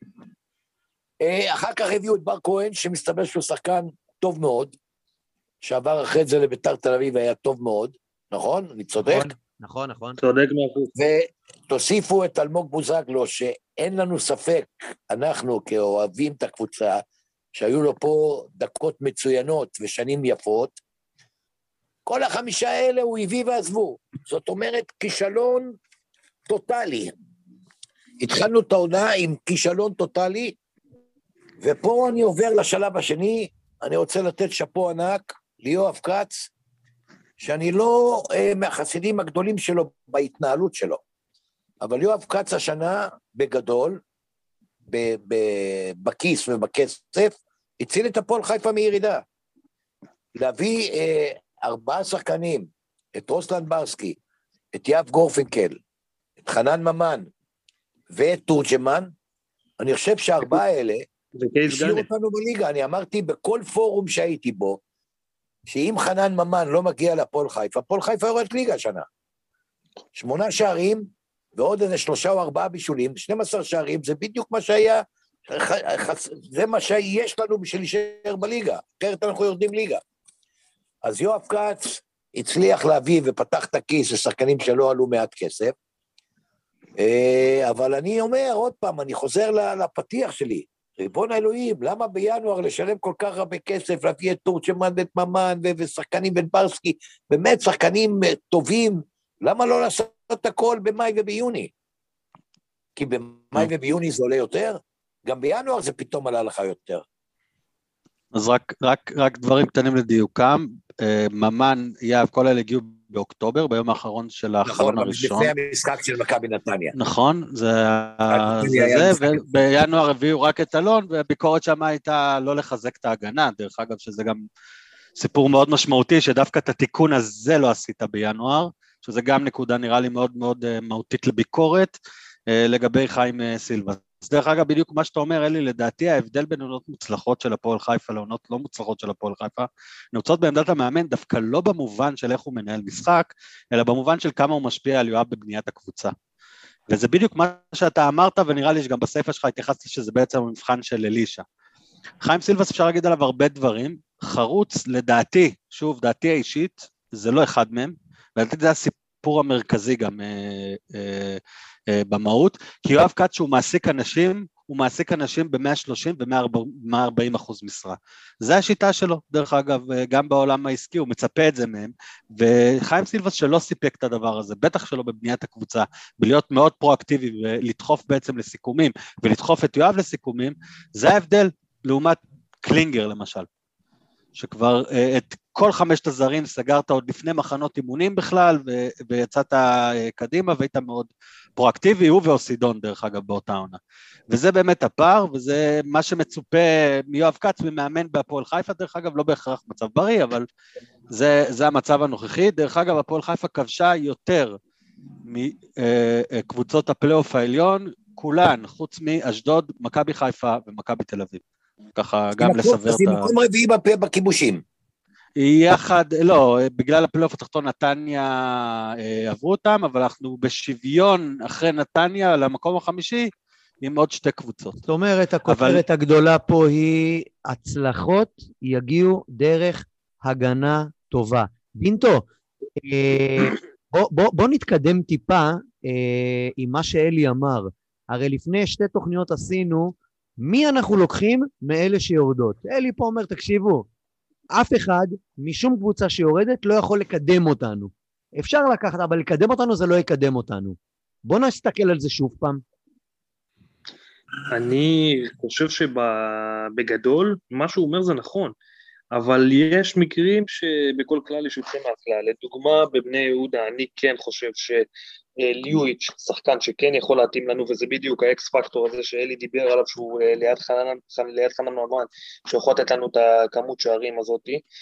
אחר כך הביאו את בר כהן, שמסתבר שהוא שחקן טוב מאוד, שעבר אחרי זה לביתר תל אביב, היה טוב מאוד, נכון? אני צודק? נכון, נכון. צודק מאחוז. ותוסיפו את אלמוג בוזגלו, שאין לנו ספק, אנחנו כאוהבים את הקבוצה, שהיו לו פה דקות מצוינות ושנים יפות, כל החמישה האלה הוא הביא ועזבו. זאת אומרת, כישלון טוטלי. התחלנו את העונה עם כישלון טוטלי, ופה אני עובר לשלב השני, אני רוצה לתת שפו ענק ליואב כץ, שאני לא אה, מהחסידים הגדולים שלו בהתנהלות שלו, אבל יואב כץ השנה בגדול, ב- ב- בכיס ובכסף, הציל את הפועל חיפה מירידה. להביא אה, ארבעה שחקנים, את רוסלן ברסקי, את יאב גורפינקל, את חנן ממן ואת תורג'מן, אני חושב שהארבעה האלה, השאיר אותנו בליגה. אני אמרתי בכל פורום שהייתי בו, שאם חנן ממן לא מגיע לפועל חיפה, הפועל חיפה יורד ליגה השנה. שמונה שערים, ועוד איזה שלושה או ארבעה בישולים, שנים עשר שערים, זה בדיוק מה שהיה, זה מה שיש לנו בשביל להישאר בליגה, אחרת אנחנו יורדים ליגה. אז יואב כץ הצליח להביא ופתח את הכיס לשחקנים שלא עלו מעט כסף, אבל אני אומר עוד פעם, אני חוזר לפתיח שלי, ריבון האלוהים, למה בינואר לשלם כל כך הרבה כסף, להביא את תורג'מן ואת ממן ושחקנים ואת ברסקי, באמת שחקנים טובים, למה לא לעשות את הכל במאי וביוני? כי במאי וביוני זה עולה יותר, גם בינואר זה פתאום עלה לך יותר. אז רק, רק, רק דברים קטנים לדיוקם, ממן, יאב, כל אלה הגיעו באוקטובר, ביום האחרון של החלון הראשון. נכון, לפני המשחק של מכבי נתניה. נכון, זה זה, ובינואר הביאו רק את אלון, והביקורת שם הייתה לא לחזק את ההגנה, דרך אגב, שזה גם סיפור מאוד משמעותי, שדווקא את התיקון הזה לא עשית בינואר, שזה גם נקודה נראה לי מאוד מאוד מהותית לביקורת, לגבי חיים סילבס. אז דרך אגב, בדיוק מה שאתה אומר, אלי, לדעתי ההבדל בין עונות מוצלחות של הפועל חיפה לעונות לא מוצלחות של הפועל חיפה, נוצאות בעמדת המאמן דווקא לא במובן של איך הוא מנהל משחק, אלא במובן של כמה הוא משפיע על יואב בבניית הקבוצה. וזה בדיוק מה שאתה אמרת, ונראה לי שגם בספר שלך התייחסת שזה בעצם המבחן של אלישה. חיים סילבס אפשר להגיד עליו הרבה דברים, חרוץ לדעתי, שוב, דעתי האישית, זה לא אחד מהם, ולדעתי זה הסיפור המרכזי גם אה, אה, במהות, כי יואב כץ שהוא מעסיק אנשים, הוא מעסיק אנשים ב-מאה שלושים ו-מאה וארבעים אחוז משרה. זה השיטה שלו, דרך אגב, גם בעולם העסקי, הוא מצפה את זה מהם, וחיים סילבס שלא סיפק את הדבר הזה, בטח שלא בבניית הקבוצה, בלהיות מאוד פרואקטיבי, ולדחוף בעצם לסיכומים, ולדחוף את יואב לסיכומים, זה ההבדל, לעומת קלינגר למשל, שכבר את כל חמשת הזרים סגרת עוד לפני מחנות אימונים בכלל, ו- ויצאת קדימה, והיית מאוד פרואקטיבי, הוא ואוסידון דרך אגב באותה עונה. וזה באמת הפער, וזה מה שמצופה מיואב כץ, ממאמן בהפועל חיפה, דרך אגב לא בהכרח מצב בריא, אבל זה, זה המצב הנוכחי. דרך אגב, הפועל חיפה כבשה יותר מקבוצות הפלייאוף העליון, כולן, חוץ מאשדוד, מכבי חיפה ומכבי תל אביב. ככה גם לסבר את ה... אז היא מקום רביעי בכיבושים. יחד, לא, בגלל הפלייאוף התחתון נתניה עברו אותם, אבל אנחנו בשוויון אחרי נתניה למקום החמישי, עם עוד שתי קבוצות. זאת אומרת, הכותרת אבל... הגדולה פה היא, הצלחות יגיעו דרך הגנה טובה. בינטו, בוא, בוא, בוא נתקדם טיפה עם מה שאלי אמר. הרי לפני שתי תוכניות עשינו, מי אנחנו לוקחים מאלה שיורדות? אלי פה אומר, תקשיבו, אף אחד משום קבוצה שיורדת לא יכול לקדם אותנו. אפשר לקחת, אבל לקדם אותנו זה לא יקדם אותנו. בוא נסתכל על זה שוב פעם. אני חושב שבגדול, מה שהוא אומר זה נכון, אבל יש מקרים שבכל כלל יש יוצא מהכלל. לדוגמה, בבני יהודה אני כן חושב שליואיץ' שחקן שכן יכול להתאים לנו, וזה בדיוק האקס פקטור הזה שאלי דיבר עליו, שהוא ליד חנן, ליד חנן ממן, שיכול לתת לנו את הכמות שערים הזאת.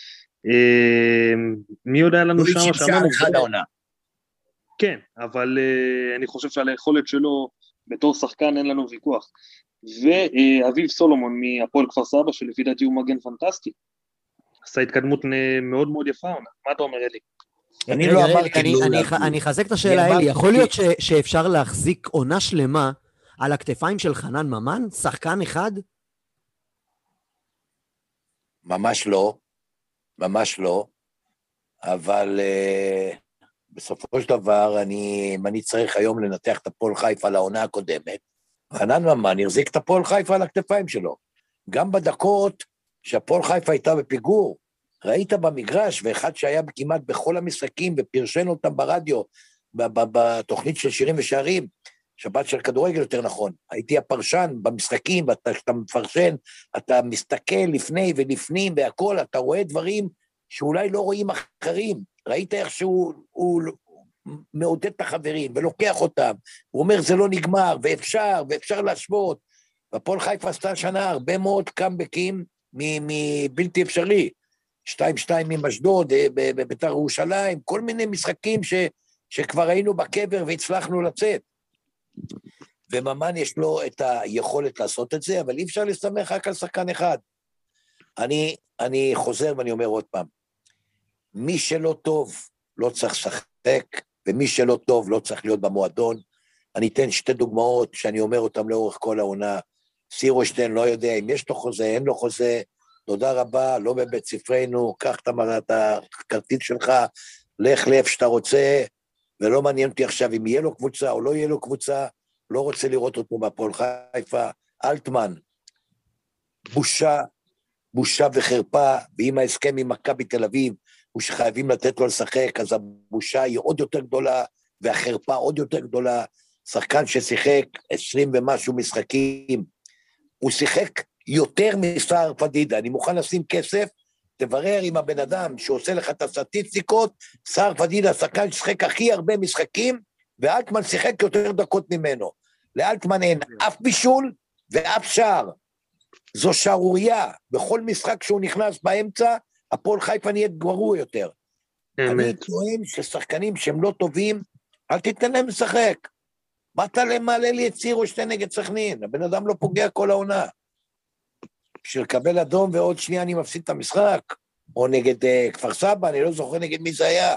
מי יודע לנו שם? ליואיץ' שער אחד העונה. כן, אבל אני חושב שעל היכולת שלו, בתור שחקן אין לנו ויכוח. ואביב סולומון מהפועל כפר סבא, שלפי דעתי הוא מגן פנטסטי. עשה התקדמות מאוד מאוד יפה, מה אתה אומר אלי? אני לא אמרתי אני, לא אני, להביא. אני אחזק את השאלה, אלי, יכול להיות ש, שאפשר להחזיק עונה שלמה על הכתפיים של חנן ממן? שחקן אחד? ממש לא, ממש לא, אבל uh, בסופו של דבר, אני, אם אני צריך היום לנתח את הפועל חיפה לעונה הקודמת, חנן ממן יחזיק את הפועל חיפה על הכתפיים שלו. גם בדקות שהפועל חיפה הייתה בפיגור, ראית במגרש, ואחד שהיה כמעט בכל המשחקים, ופרשן אותם ברדיו, בתוכנית של שירים ושערים, שבת של כדורגל יותר נכון, הייתי הפרשן במשחקים, ואתה מפרשן, אתה מסתכל לפני ולפנים והכל, אתה רואה דברים שאולי לא רואים אחרים, ראית איך שהוא הוא מעודד את החברים, ולוקח אותם, הוא אומר זה לא נגמר, ואפשר, ואפשר להשוות, והפועל חיפה עשתה שנה הרבה מאוד קאמבקים מבלתי אפשרי, שתיים שתיים עם אשדוד, בביתר ירושלים, כל מיני משחקים ש, שכבר היינו בקבר והצלחנו לצאת. וממן יש לו את היכולת לעשות את זה, אבל אי אפשר להסתמך רק על שחקן אחד. אני, אני חוזר ואני אומר עוד פעם, מי שלא טוב לא צריך לשחק, ומי שלא טוב לא צריך להיות במועדון. אני אתן שתי דוגמאות שאני אומר אותן לאורך כל העונה. סירושטיין לא יודע אם יש לו חוזה, אין לו חוזה, תודה רבה, לא בבית ספרנו, קח את הכרטיס שלך, לך לאיפה שאתה רוצה, ולא מעניין אותי עכשיו אם יהיה לו קבוצה או לא יהיה לו קבוצה, לא רוצה לראות אותו בהפועל חיפה. אלטמן, בושה, בושה וחרפה, ואם ההסכם עם מכבי תל אביב, הוא שחייבים לתת לו לשחק, אז הבושה היא עוד יותר גדולה, והחרפה עוד יותר גדולה. שחקן ששיחק עשרים ומשהו משחקים, הוא שיחק יותר מסער פדידה, אני מוכן לשים כסף, תברר עם הבן אדם שעושה לך את הסטטיסטיקות, סער פדידה, שחקן ששיחק הכי הרבה משחקים, ואלטמן שיחק יותר דקות ממנו. לאלטמן אין אף בישול ואף שער. זו שערוריה, בכל משחק שהוא נכנס באמצע, הפועל חיפה נהיית גרוע יותר. אני טוען ששחקנים שהם לא טובים, אל תיתן להם לשחק. מה אתה למעלה לי את סירושטיין נגד סכנין? הבן אדם לא פוגע כל העונה. בשביל לקבל אדום ועוד שנייה אני מפסיד את המשחק, או נגד uh, כפר סבא, אני לא זוכר נגד מי זה היה.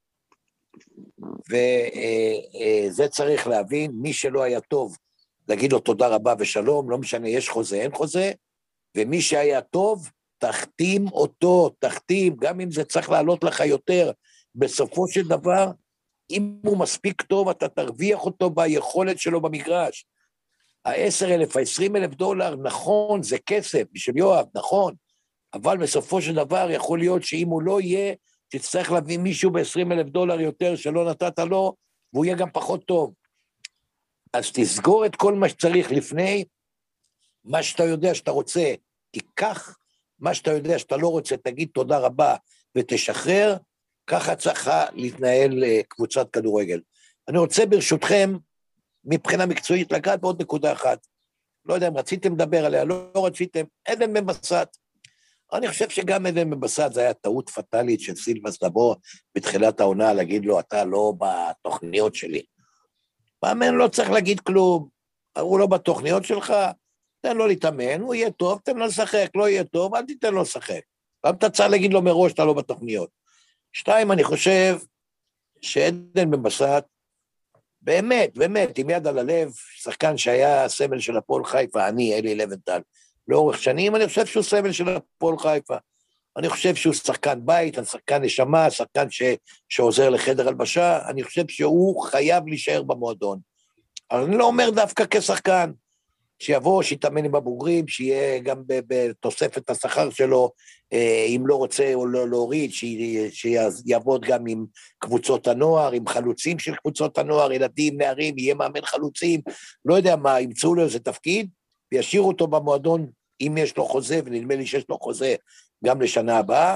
וזה uh, uh, צריך להבין, מי שלא היה טוב, להגיד לו תודה רבה ושלום, לא משנה, יש חוזה, אין חוזה, ומי שהיה טוב, תחתים אותו, תחתים, גם אם זה צריך לעלות לך יותר, בסופו של דבר, אם הוא מספיק טוב, אתה תרוויח אותו ביכולת שלו במגרש. ה-עשרת אלפים, ה-עשרים אלף דולר, נכון, זה כסף, בשביל יואב, נכון, אבל בסופו של דבר יכול להיות שאם הוא לא יהיה, תצטרך להביא מישהו ב-עשרים אלף דולר יותר שלא נתת לו, והוא יהיה גם פחות טוב. אז תסגור את כל מה שצריך לפני, מה שאתה יודע שאתה רוצה, תיקח מה שאתה יודע שאתה לא רוצה, תגיד תודה רבה ותשחרר, ככה צריכה להתנהל קבוצת כדורגל. אני רוצה ברשותכם, מבחינה מקצועית, לגעת בעוד נקודה אחת. לא יודע אם רציתם לדבר עליה, לא, לא רציתם, עדן בן בסט. אני חושב שגם עדן בן בסט, זה היה טעות פטלית של סילבס לבוא בתחילת העונה, להגיד לו, אתה לא בתוכניות שלי. מאמן לא צריך להגיד כלום, הוא לא בתוכניות שלך, תן לו להתאמן, הוא יהיה טוב, תן לו לשחק, לא יהיה טוב, אל תיתן לו לשחק. גם אתה צריך להגיד לו מראש, אתה לא בתוכניות. שתיים, אני חושב שעדן בן בסט, באמת, באמת, עם יד על הלב, שחקן שהיה סמל של הפועל חיפה, אני, אלי לבנטל, לאורך שנים, אני חושב שהוא סמל של הפועל חיפה. אני חושב שהוא שחקן בית, שחקן נשמה, שחקן ש, שעוזר לחדר הלבשה, אני חושב שהוא חייב להישאר במועדון. אבל אני לא אומר דווקא כשחקן, שיבוא, שיתאמן עם הבוגרים, שיהיה גם בתוספת השכר שלו, אם לא רוצה או לא להוריד, שיעבוד גם עם קבוצות הנוער, עם חלוצים של קבוצות הנוער, ילדים, נערים, יהיה מאמן חלוצים, לא יודע מה, ימצאו לו איזה תפקיד, וישאירו אותו במועדון, אם יש לו חוזה, ונדמה לי שיש לו חוזה גם לשנה הבאה,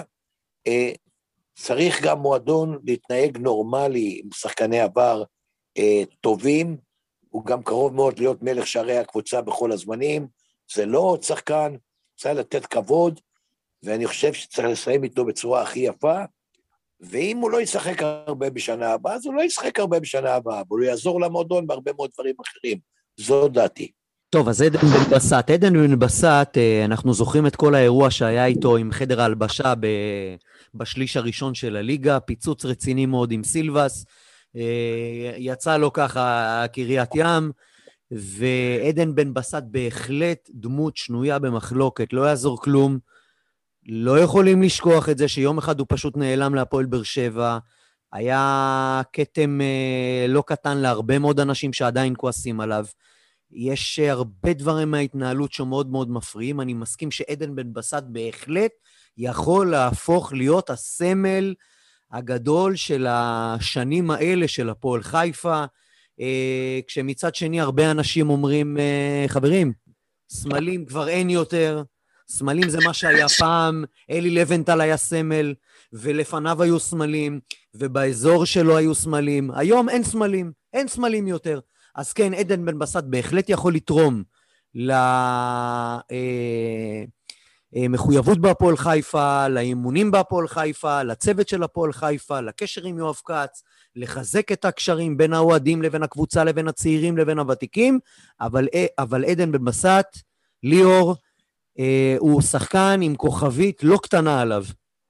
צריך גם מועדון להתנהג נורמלי, עם שחקני עבר טובים, הוא גם קרוב מאוד להיות מלך שערי הקבוצה בכל הזמנים, זה לא עוד שחקן, צריך לתת כבוד, ואני חושב שצריך לסיים איתו בצורה הכי יפה, ואם הוא לא ישחק הרבה בשנה הבאה, אז הוא לא ישחק הרבה בשנה הבאה, אבל הוא יעזור למועדון בהרבה מאוד דברים אחרים, זו דעתי. טוב, אז עדן בן בסט, עדן בן בסט, אנחנו זוכרים את כל האירוע שהיה איתו עם חדר ההלבשה ב... בשליש הראשון של הליגה, פיצוץ רציני מאוד עם סילבס, יצא לו ככה קריית ים, ועדן בן בסט בהחלט דמות שנויה במחלוקת, לא יעזור כלום, לא יכולים לשכוח את זה שיום אחד הוא פשוט נעלם להפועל באר שבע, היה כתם לא קטן להרבה מאוד אנשים שעדיין כועסים עליו, יש הרבה דברים מההתנהלות שמאוד מאוד מפריעים, אני מסכים שעדן בן בסט בהחלט יכול להפוך להיות הסמל הגדול של השנים האלה של הפועל חיפה, כשמצד שני הרבה אנשים אומרים, חברים, סמלים כבר אין יותר, סמלים זה מה שהיה פעם, אלי לבנטל היה סמל, ולפניו היו סמלים, ובאזור שלו היו סמלים, היום אין סמלים, אין סמלים יותר. אז כן, עדן בן בסט בהחלט יכול לתרום למחויבות בהפועל חיפה, לאימונים בהפועל חיפה, לצוות של הפועל חיפה, לקשר עם יואב כץ, לחזק את הקשרים בין האוהדים לבין הקבוצה, לבין הצעירים, לבין הוותיקים, אבל, אבל עדן בן בסט, ליאור, הוא שחקן עם כוכבית לא קטנה עליו.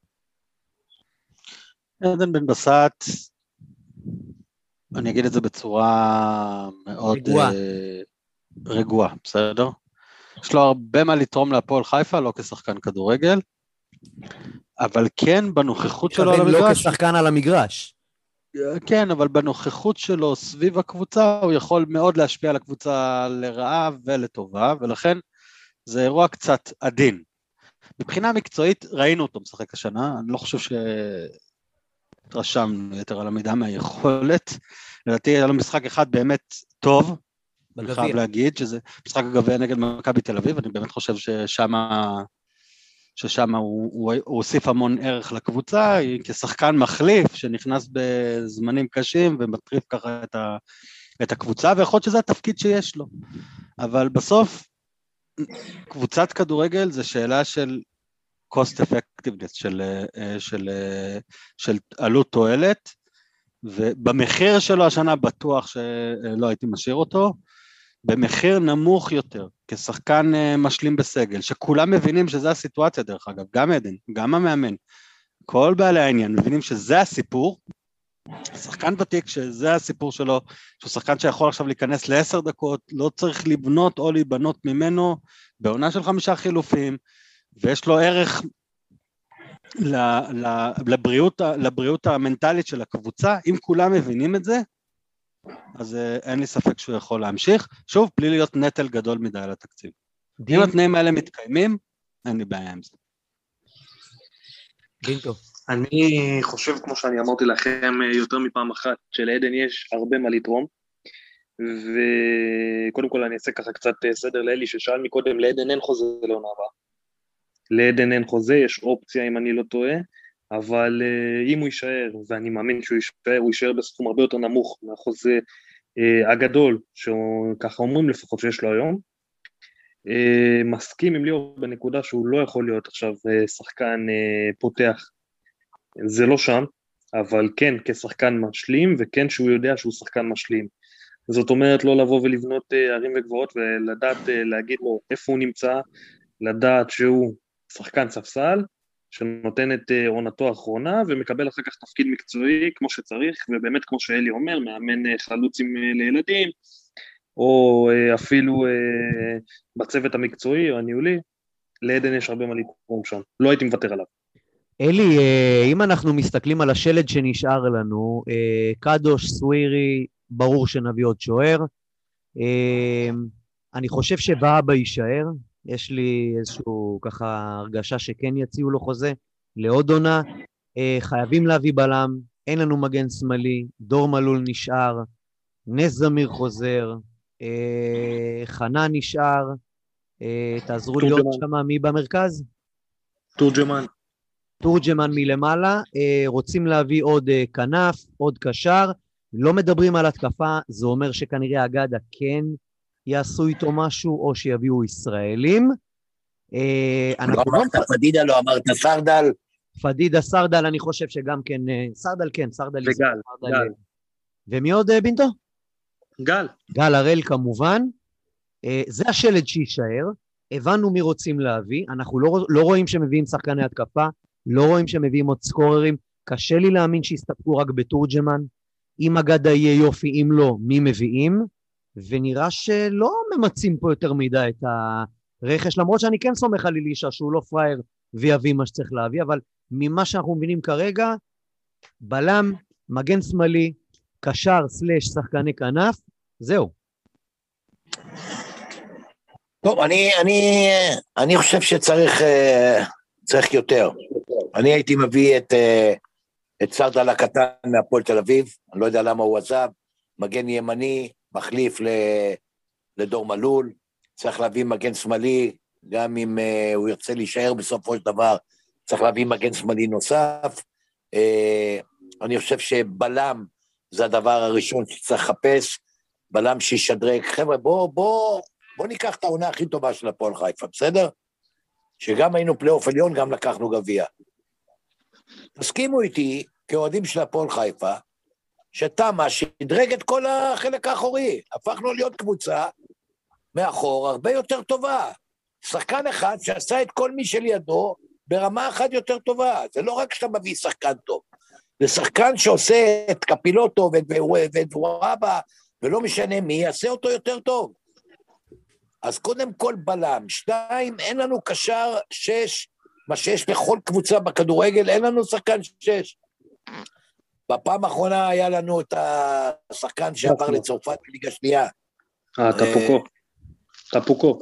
עדן בן בסט, אני אגיד את זה בצורה מאוד רגועה, uh, רגוע, בסדר? יש לו הרבה מה לתרום להפועל חיפה, לא כשחקן כדורגל, אבל כן בנוכחות שלו על המגרש. לא כשחקן על המגרש. כן, אבל בנוכחות שלו סביב הקבוצה, הוא יכול מאוד להשפיע על הקבוצה לרעה ולטובה, ולכן זה אירוע קצת עדין. מבחינה מקצועית, ראינו אותו משחק השנה, אני לא חושב ש... התרשמנו יותר על המידע מהיכולת, לדעתי היה לו משחק אחד באמת טוב, אני חייב להגיד, שזה משחק הגביע נגד מכבי תל אביב, אני באמת חושב ששמה, ששמה הוא, הוא, הוא הוסיף המון ערך לקבוצה, כשחקן מחליף שנכנס בזמנים קשים ומטריף ככה את, ה, את הקבוצה, ויכול להיות שזה התפקיד שיש לו, אבל בסוף קבוצת כדורגל זה שאלה של cost effectiveness, של, של, של עלות תועלת, ובמחיר שלו השנה בטוח שלא הייתי משאיר אותו, במחיר נמוך יותר, כשחקן משלים בסגל, שכולם מבינים שזה הסיטואציה דרך אגב, גם עדן, גם המאמן, כל בעלי העניין מבינים שזה הסיפור, שחקן ותיק שזה הסיפור שלו, שהוא שחקן שיכול עכשיו להיכנס לעשר דקות, לא צריך לבנות או להיבנות ממנו, בעונה של חמישה חילופים, ויש לו ערך לבריאות, לבריאות המנטלית של הקבוצה, אם כולם מבינים את זה, אז אין לי ספק שהוא יכול להמשיך, שוב, בלי להיות נטל גדול מדי על התקציב. אם התנאים האלה מתקיימים, אין לי בעיה עם זה. בינטו. אני חושב, כמו שאני אמרתי לכם יותר מפעם אחת, שלעדן יש הרבה מה לתרום, וקודם כל אני אעשה ככה קצת סדר לאלי, ששאל מקודם, לעדן אין חוזה לעונה הבאה. לעדן אין חוזה, יש אופציה אם אני לא טועה, אבל uh, אם הוא יישאר, ואני מאמין שהוא יישאר, הוא יישאר בסכום הרבה יותר נמוך מהחוזה uh, הגדול, שככה אומרים לפחות שיש לו היום, uh, מסכים עם ליאור בנקודה שהוא לא יכול להיות עכשיו uh, שחקן uh, פותח, זה לא שם, אבל כן כשחקן משלים, וכן שהוא יודע שהוא שחקן משלים, זאת אומרת לא לבוא ולבנות uh, ערים וגבוהות, ולדעת uh, להגיד לו איפה הוא נמצא, לדעת שהוא שחקן ספסל, שנותן את עונתו האחרונה, ומקבל אחר כך תפקיד מקצועי כמו שצריך, ובאמת כמו שאלי אומר, מאמן חלוצים לילדים, או אפילו בצוות המקצועי או הניהולי, לעדן יש הרבה מה לתרום שם, לא הייתי מוותר עליו. אלי, אם אנחנו מסתכלים על השלד שנשאר לנו, קדוש, סווירי, ברור שנביא עוד שוער, אני חושב שבאבא יישאר, יש לי איזשהו ככה הרגשה שכן יציעו לו חוזה לעוד עונה, חייבים להביא בלם, אין לנו מגן שמאלי, דור מלול נשאר, נס זמיר חוזר, חנה נשאר, תעזרו לי עוד שמה מי במרכז? תורג'מן. תורג'מן מלמעלה, רוצים להביא עוד כנף, עוד קשר, לא מדברים על התקפה, זה אומר שכנראה אגדה כן יעשו איתו משהו, או שיביאו ישראלים. לא אמרת פדידה, לא אמרת סרדל. פדידה, סרדל, אני חושב שגם כן, סרדל כן, סרדל. וגל, גל. ומי עוד בינטו? גל. גל הראל כמובן. זה השלד שישאר, הבנו מי רוצים להביא, אנחנו לא, לא רואים שמביאים שחקני התקפה, לא רואים שמביאים עוד סקוררים, קשה לי להאמין שיסתפקו רק בתורג'מן, אם אגדה יהיה יופי, אם לא, מי מביאים, ונראה שלא ממצים פה יותר מדי את הרכש, למרות שאני כן סומך על אלישה שהוא לא פרייר ויביא מה שצריך להביא, אבל ממה שאנחנו מבינים כרגע, בלם, מגן שמאלי, קשר סלש שחקני כנף, זהו. טוב, אני, אני, אני חושב שצריך צריך יותר. אני הייתי מביא את, את סרדל הקטן מהפועל תל אביב, אני לא יודע למה הוא עזב, מגן ימני, מחליף לדור מלול, צריך להביא מגן שמאלי, גם אם הוא ירצה להישאר בסופו של דבר, צריך להביא מגן שמאלי נוסף. אני חושב שבלם זה הדבר הראשון שצריך לחפש, בלם שישדרג. חבר'ה, בוא, בוא, בוא ניקח את העונה הכי טובה של הפועל חיפה, בסדר? שגם היינו פלייאוף עליון, גם לקחנו גביע. תסכימו איתי, כאוהדים של הפועל חיפה, שתמה שדרג את כל החלק האחורי. הפכנו להיות קבוצה מאחור הרבה יותר טובה. שחקן אחד שעשה את כל מי שלידו ברמה אחת יותר טובה. זה לא רק שאתה מביא שחקן טוב. זה שחקן שעושה את קפילוטו ואת וואבה, ולא משנה מי, יעשה אותו יותר טוב. אז קודם כל בלם. שתיים, אין לנו קשר שש, מה שיש לכל קבוצה בכדורגל, אין לנו שחקן שש. בפעם האחרונה היה לנו את השחקן שעבר לצרפת בליגה שנייה. אה, קפוקו. קפוקו.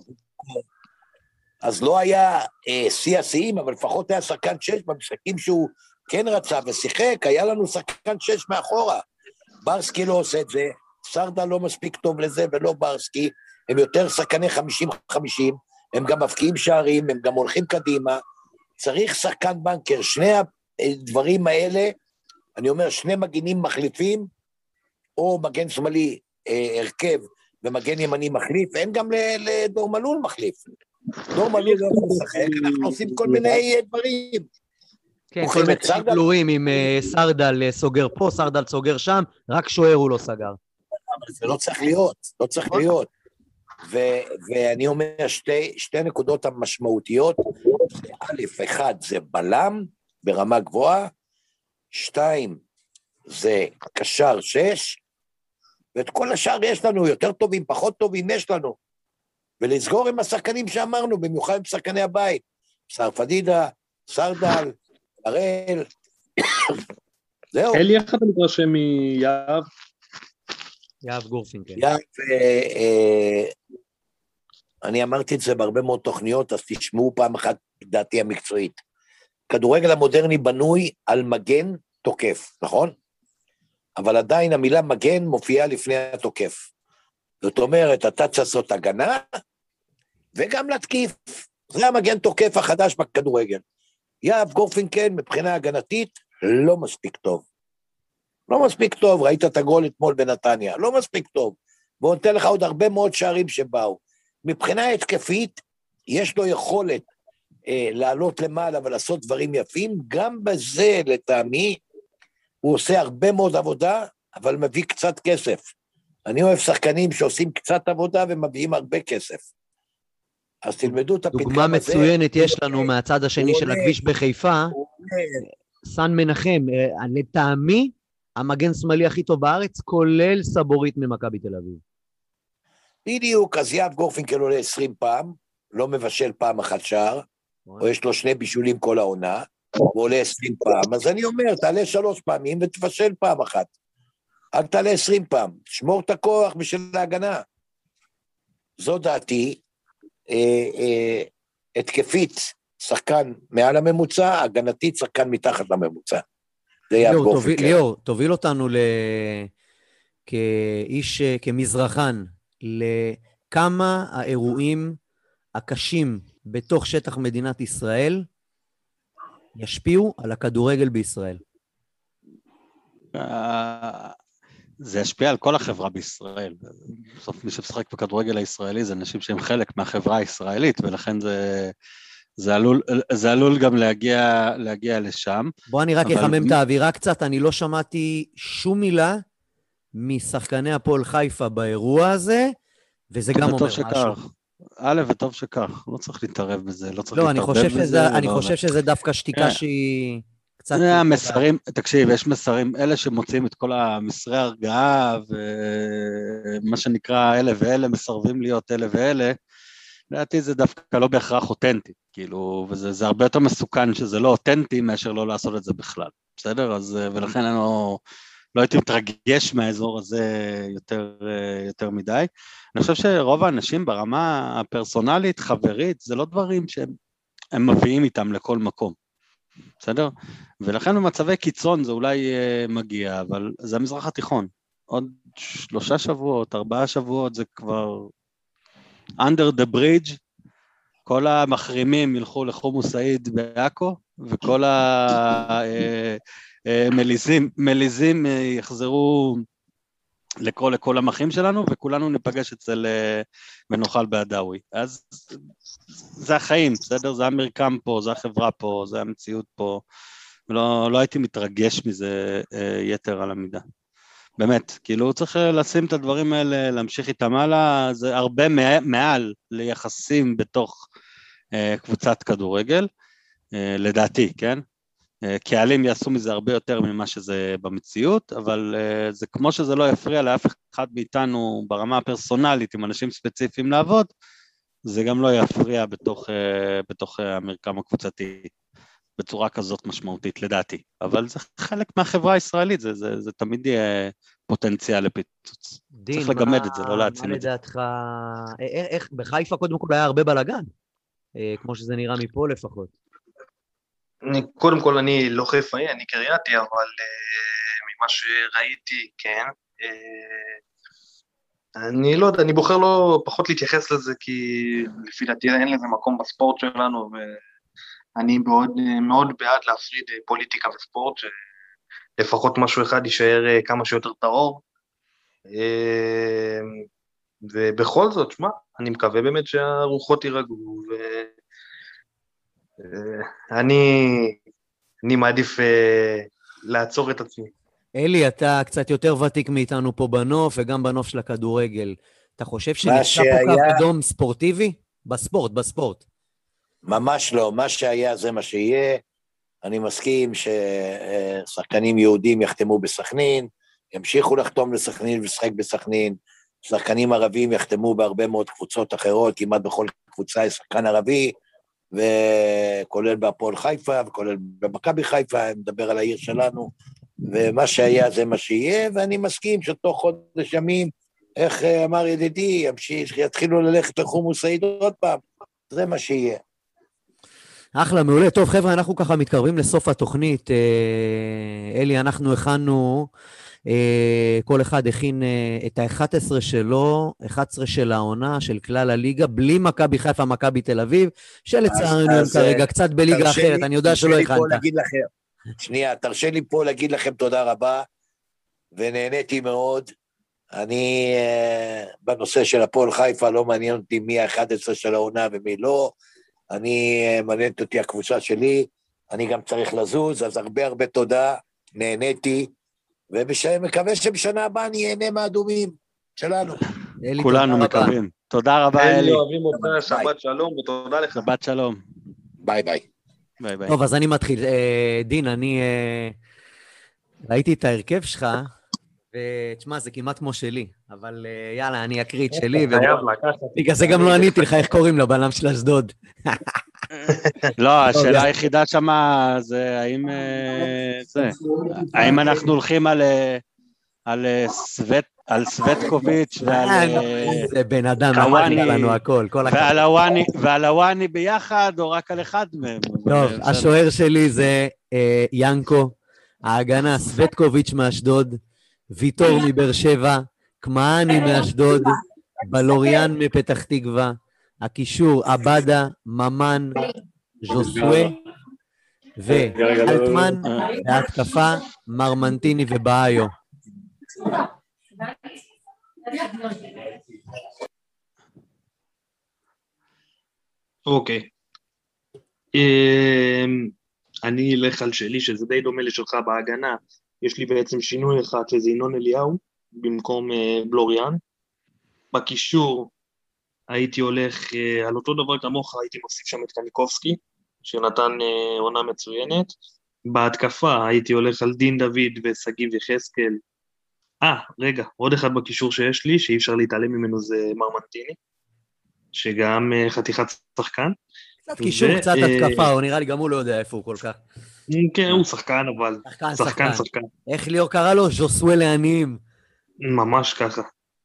אז לא היה שיא השיאים, אבל לפחות היה שחקן שש במשחקים שהוא כן רצה ושיחק, היה לנו שחקן שש מאחורה. ברסקי לא עושה את זה, סרדה לא מספיק טוב לזה ולא ברסקי, הם יותר שחקני חמישים חמישים, הם גם מפקיעים שערים, הם גם הולכים קדימה, צריך שחקן בנקר, שני הדברים האלה, אני אומר, שני מגנים מחליפים, או מגן שמאלי אה, הרכב, ומגן ימני מחליף, אין גם לדור מלול מחליף. דור מלול לא יכול לשחק, אנחנו עושים כל מיני דברים. כן, כל מיני שיפלורים עם סרדל סוגר פה, סרדל סוגר שם, רק שוער הוא לא סגר. זה לא צריך להיות, לא צריך להיות. ואני אומר, שתי נקודות המשמעותיות, א', אחד זה בלם ברמה גבוהה, שתיים, זה קשר שש, ואת כל השאר יש לנו, יותר טובים, פחות טובים, יש לנו. ולסגור עם השחקנים שאמרנו, במיוחד עם שחקני הבית, שר פדידה, סרדל, הראל, זהו. אלי, איך אתה מתרשם מיהב? יהב גורפין, כן. יהב, אני אמרתי את זה בהרבה מאוד תוכניות, אז תשמעו פעם אחת דעתי המקצועית. כדורגל המודרני בנוי על מגן תוקף, נכון? אבל עדיין המילה מגן מופיעה לפני התוקף. זאת אומרת, אתה צריך לעשות הגנה, וגם להתקיף. זה המגן תוקף החדש בכדורגל. יהב גורפינקל, מבחינה הגנתית, לא מספיק טוב. לא מספיק טוב, ראית את הגול אתמול בנתניה, לא מספיק טוב. והוא נותן לך עוד הרבה מאוד שערים שבאו. מבחינה התקפית, יש לו יכולת אה, לעלות למעלה ולעשות דברים יפים, גם בזה, לטעמי, הוא עושה הרבה מאוד עבודה, אבל מביא קצת כסף. אני אוהב שחקנים שעושים קצת עבודה ומביאים הרבה כסף. אז תלמדו את הפתגם הזה. דוגמה מצוינת יש לנו מהצד השני של הכביש בחיפה, סן מנחם, לטעמי, המגן שמאלי הכי טוב בארץ, כולל סבורית ממכבי תל אביב. בדיוק, אז יהב גורפינקל עולה עשרים פעם, לא מבשל פעם אחת שער, או יש לו שני בישולים כל העונה, הוא עולה עשרים פעם, אז אני אומר, תעלה שלוש פעמים ותבשל פעם אחת. אל תעלה עשרים פעם, שמור את הכוח בשביל ההגנה. זו דעתי, אה, אה, התקפית, שחקן מעל הממוצע, הגנתית שחקן מתחת לממוצע. ליאור, תוביל, ליאור, תוביל אותנו ל... כאיש, כמזרחן, לכמה האירועים הקשים בתוך שטח מדינת ישראל ישפיעו על הכדורגל בישראל. זה ישפיע על כל החברה בישראל. בסוף מי שמשחק בכדורגל הישראלי זה אנשים שהם חלק מהחברה הישראלית, ולכן זה, זה עלול, זה עלול גם להגיע, להגיע לשם. בוא אני רק אבל... אחמם את האווירה קצת, אני לא שמעתי שום מילה משחקני הפועל חיפה באירוע הזה, וזה גם אומר משהו. א', וטוב שכך, לא צריך להתערב בזה, לא צריך לא, להתערב אני בזה. שזה, אני חושב שזה דווקא שתיקה שהיא קצת... זה המסרים, תקשיב, יש מסרים, אלה שמוצאים את כל המסרי הרגעה, ומה שנקרא אלה ואלה, מסרבים להיות אלה ואלה, לדעתי זה דווקא לא בהכרח אותנטי, כאילו, וזה זה הרבה יותר מסוכן שזה לא אותנטי, מאשר לא לעשות את זה בכלל, בסדר? אז, ולכן אני לא, לא הייתי מתרגש מהאזור הזה יותר, יותר מדי. אני חושב שרוב האנשים ברמה הפרסונלית, חברית, זה לא דברים שהם מביאים איתם לכל מקום, בסדר? ולכן במצבי קיצון זה אולי מגיע, אבל זה המזרח התיכון. עוד שלושה שבועות, ארבעה שבועות, זה כבר under the bridge, כל המחרימים ילכו לחומוס סעיד בעכו, וכל המליזים, מליזים יחזרו לקרוא לכל המחים שלנו, וכולנו ניפגש אצל ונאכל בעדאווי. אז זה החיים, בסדר? זה המרקם פה, זה החברה פה, זה המציאות פה. לא, לא הייתי מתרגש מזה יתר על המידה. באמת, כאילו צריך לשים את הדברים האלה, להמשיך איתם הלאה, זה הרבה מעל ליחסים בתוך קבוצת כדורגל, לדעתי, כן? קהלים יעשו מזה הרבה יותר ממה שזה במציאות, אבל זה כמו שזה לא יפריע לאף אחד מאיתנו ברמה הפרסונלית, עם אנשים ספציפיים לעבוד, זה גם לא יפריע בתוך, בתוך המרקם הקבוצתי, בצורה כזאת משמעותית לדעתי, אבל זה חלק מהחברה הישראלית, זה, זה, זה תמיד יהיה פוטנציאל לפיצוץ. דין, צריך מה, לגמד את זה, לא להעצים מה את זה. לדעתך, איך, איך, בחיפה קודם כל היה הרבה בלגן, כמו שזה נראה מפה לפחות. אני, קודם כל אני לא חיפאי, אני קרייתי, אבל uh, ממה שראיתי, כן, uh, אני לא יודע, אני בוחר לא פחות להתייחס לזה, כי לפי דעתי אין לזה מקום בספורט שלנו, ואני מאוד, מאוד בעד להפריד פוליטיקה וספורט, שלפחות משהו אחד יישאר כמה שיותר טהור, uh, ובכל זאת, שמה, אני מקווה באמת שהרוחות יירגעו, ו... אני, אני מעדיף uh, לעצור את עצמי. אלי, אתה קצת יותר ותיק מאיתנו פה בנוף, וגם בנוף של הכדורגל. אתה חושב שנמצא פה קו אדום ספורטיבי? בספורט, בספורט. ממש לא, מה שהיה זה מה שיהיה. אני מסכים ששחקנים יהודים יחתמו בסכנין, ימשיכו לחתום לסכנין ושחק בסכנין, שחקנים ערבים יחתמו בהרבה מאוד קבוצות אחרות, כמעט בכל קבוצה יש שחקן ערבי, וכולל בהפועל חיפה, וכולל במכבי חיפה, אני מדבר על העיר שלנו, ומה שהיה זה מה שיהיה, ואני מסכים שתוך חודש ימים, איך אמר ידידי, ימשיך, יתחילו ללכת לחומוס סעיד עוד פעם, זה מה שיהיה. אחלה, מעולה. טוב, חבר'ה, אנחנו ככה מתקרבים לסוף התוכנית. אלי, אנחנו הכנו, כל אחד הכין את ה-אחת עשרה שלו, אחת עשרה של העונה, של כלל הליגה, בלי מכבי חיפה, מכבי תל אביב, שלצערנו הם כרגע קצת בליגה אחרת, אני יודע שלא הכנת. שנייה, תרשה לי פה להגיד לכם תודה רבה, ונהניתי מאוד. אני, בנושא של הפועל חיפה, לא מעניין אותי מי ה-אחת עשרה של העונה ומי לא, אני מעניינת אותי הקבוצה שלי, אני גם צריך לזוז, אז הרבה הרבה תודה, נהניתי, ומקווה שבשנה הבאה אני אהנה מהאדומים שלנו. כולנו מקווים. תודה רבה, אלי. אלי, אוהבים אותך, שבת שלום, ותודה לך. שבת שלום. ביי ביי. ביי ביי. טוב, אז אני מתחיל. דין, אני ראיתי את ההרכב שלך, ותשמע, זה כמעט כמו שלי, אבל יאללה, אני אקריא את שלי, בגלל זה גם לא עניתי לך איך קוראים לו, בלם של אשדוד. לא, השאלה היחידה שמה זה האם זה, האם אנחנו הולכים על סווטקוביץ' ועל... זה בן אדם, אמרתי לנו הכל, כל הכבוד. ועל הוואני ביחד, או רק על אחד מהם? טוב, השוער שלי זה ינקו, ההגנה סווטקוביץ' מאשדוד, ויטור מבאר שבע, קמאני מאשדוד, בלוריאן מפתח תקווה, הקישור אבדה, ממן, ז'וסווה, ואלטמן, וההתקפה מרמנטיני ובאיו. אוקיי. אני אלך על שלי, שזה די דומה לשלך בהגנה. יש לי בעצם שינוי אחד, שזה ינון אליהו, במקום בלוריאן. בקישור, הייתי הולך אה, על אותו דבר כמוך, הייתי מוסיף שם את קניקובסקי, שנתן אה, עונה מצוינת. בהתקפה הייתי הולך על דין דוד וסגיב יחזקאל. אה, רגע, עוד אחד בקישור שיש לי, שאי אפשר להתעלם ממנו זה מרמנטיני, שגם אה, חתיכת שחקן. קצת קישור, ו- קצת אה, התקפה, הוא נראה לי גם הוא לא יודע איפה הוא כל כך. כן, הוא שחקן אבל. שחקן, שחקן, שחקן. שחקן. איך ליאור קרא לו? ז'וסווה לעניים. ממש ככה.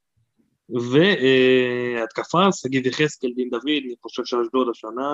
והתקפה, שגיב יחזקאל, דין דוד, אני חושב שאשדוד השנה,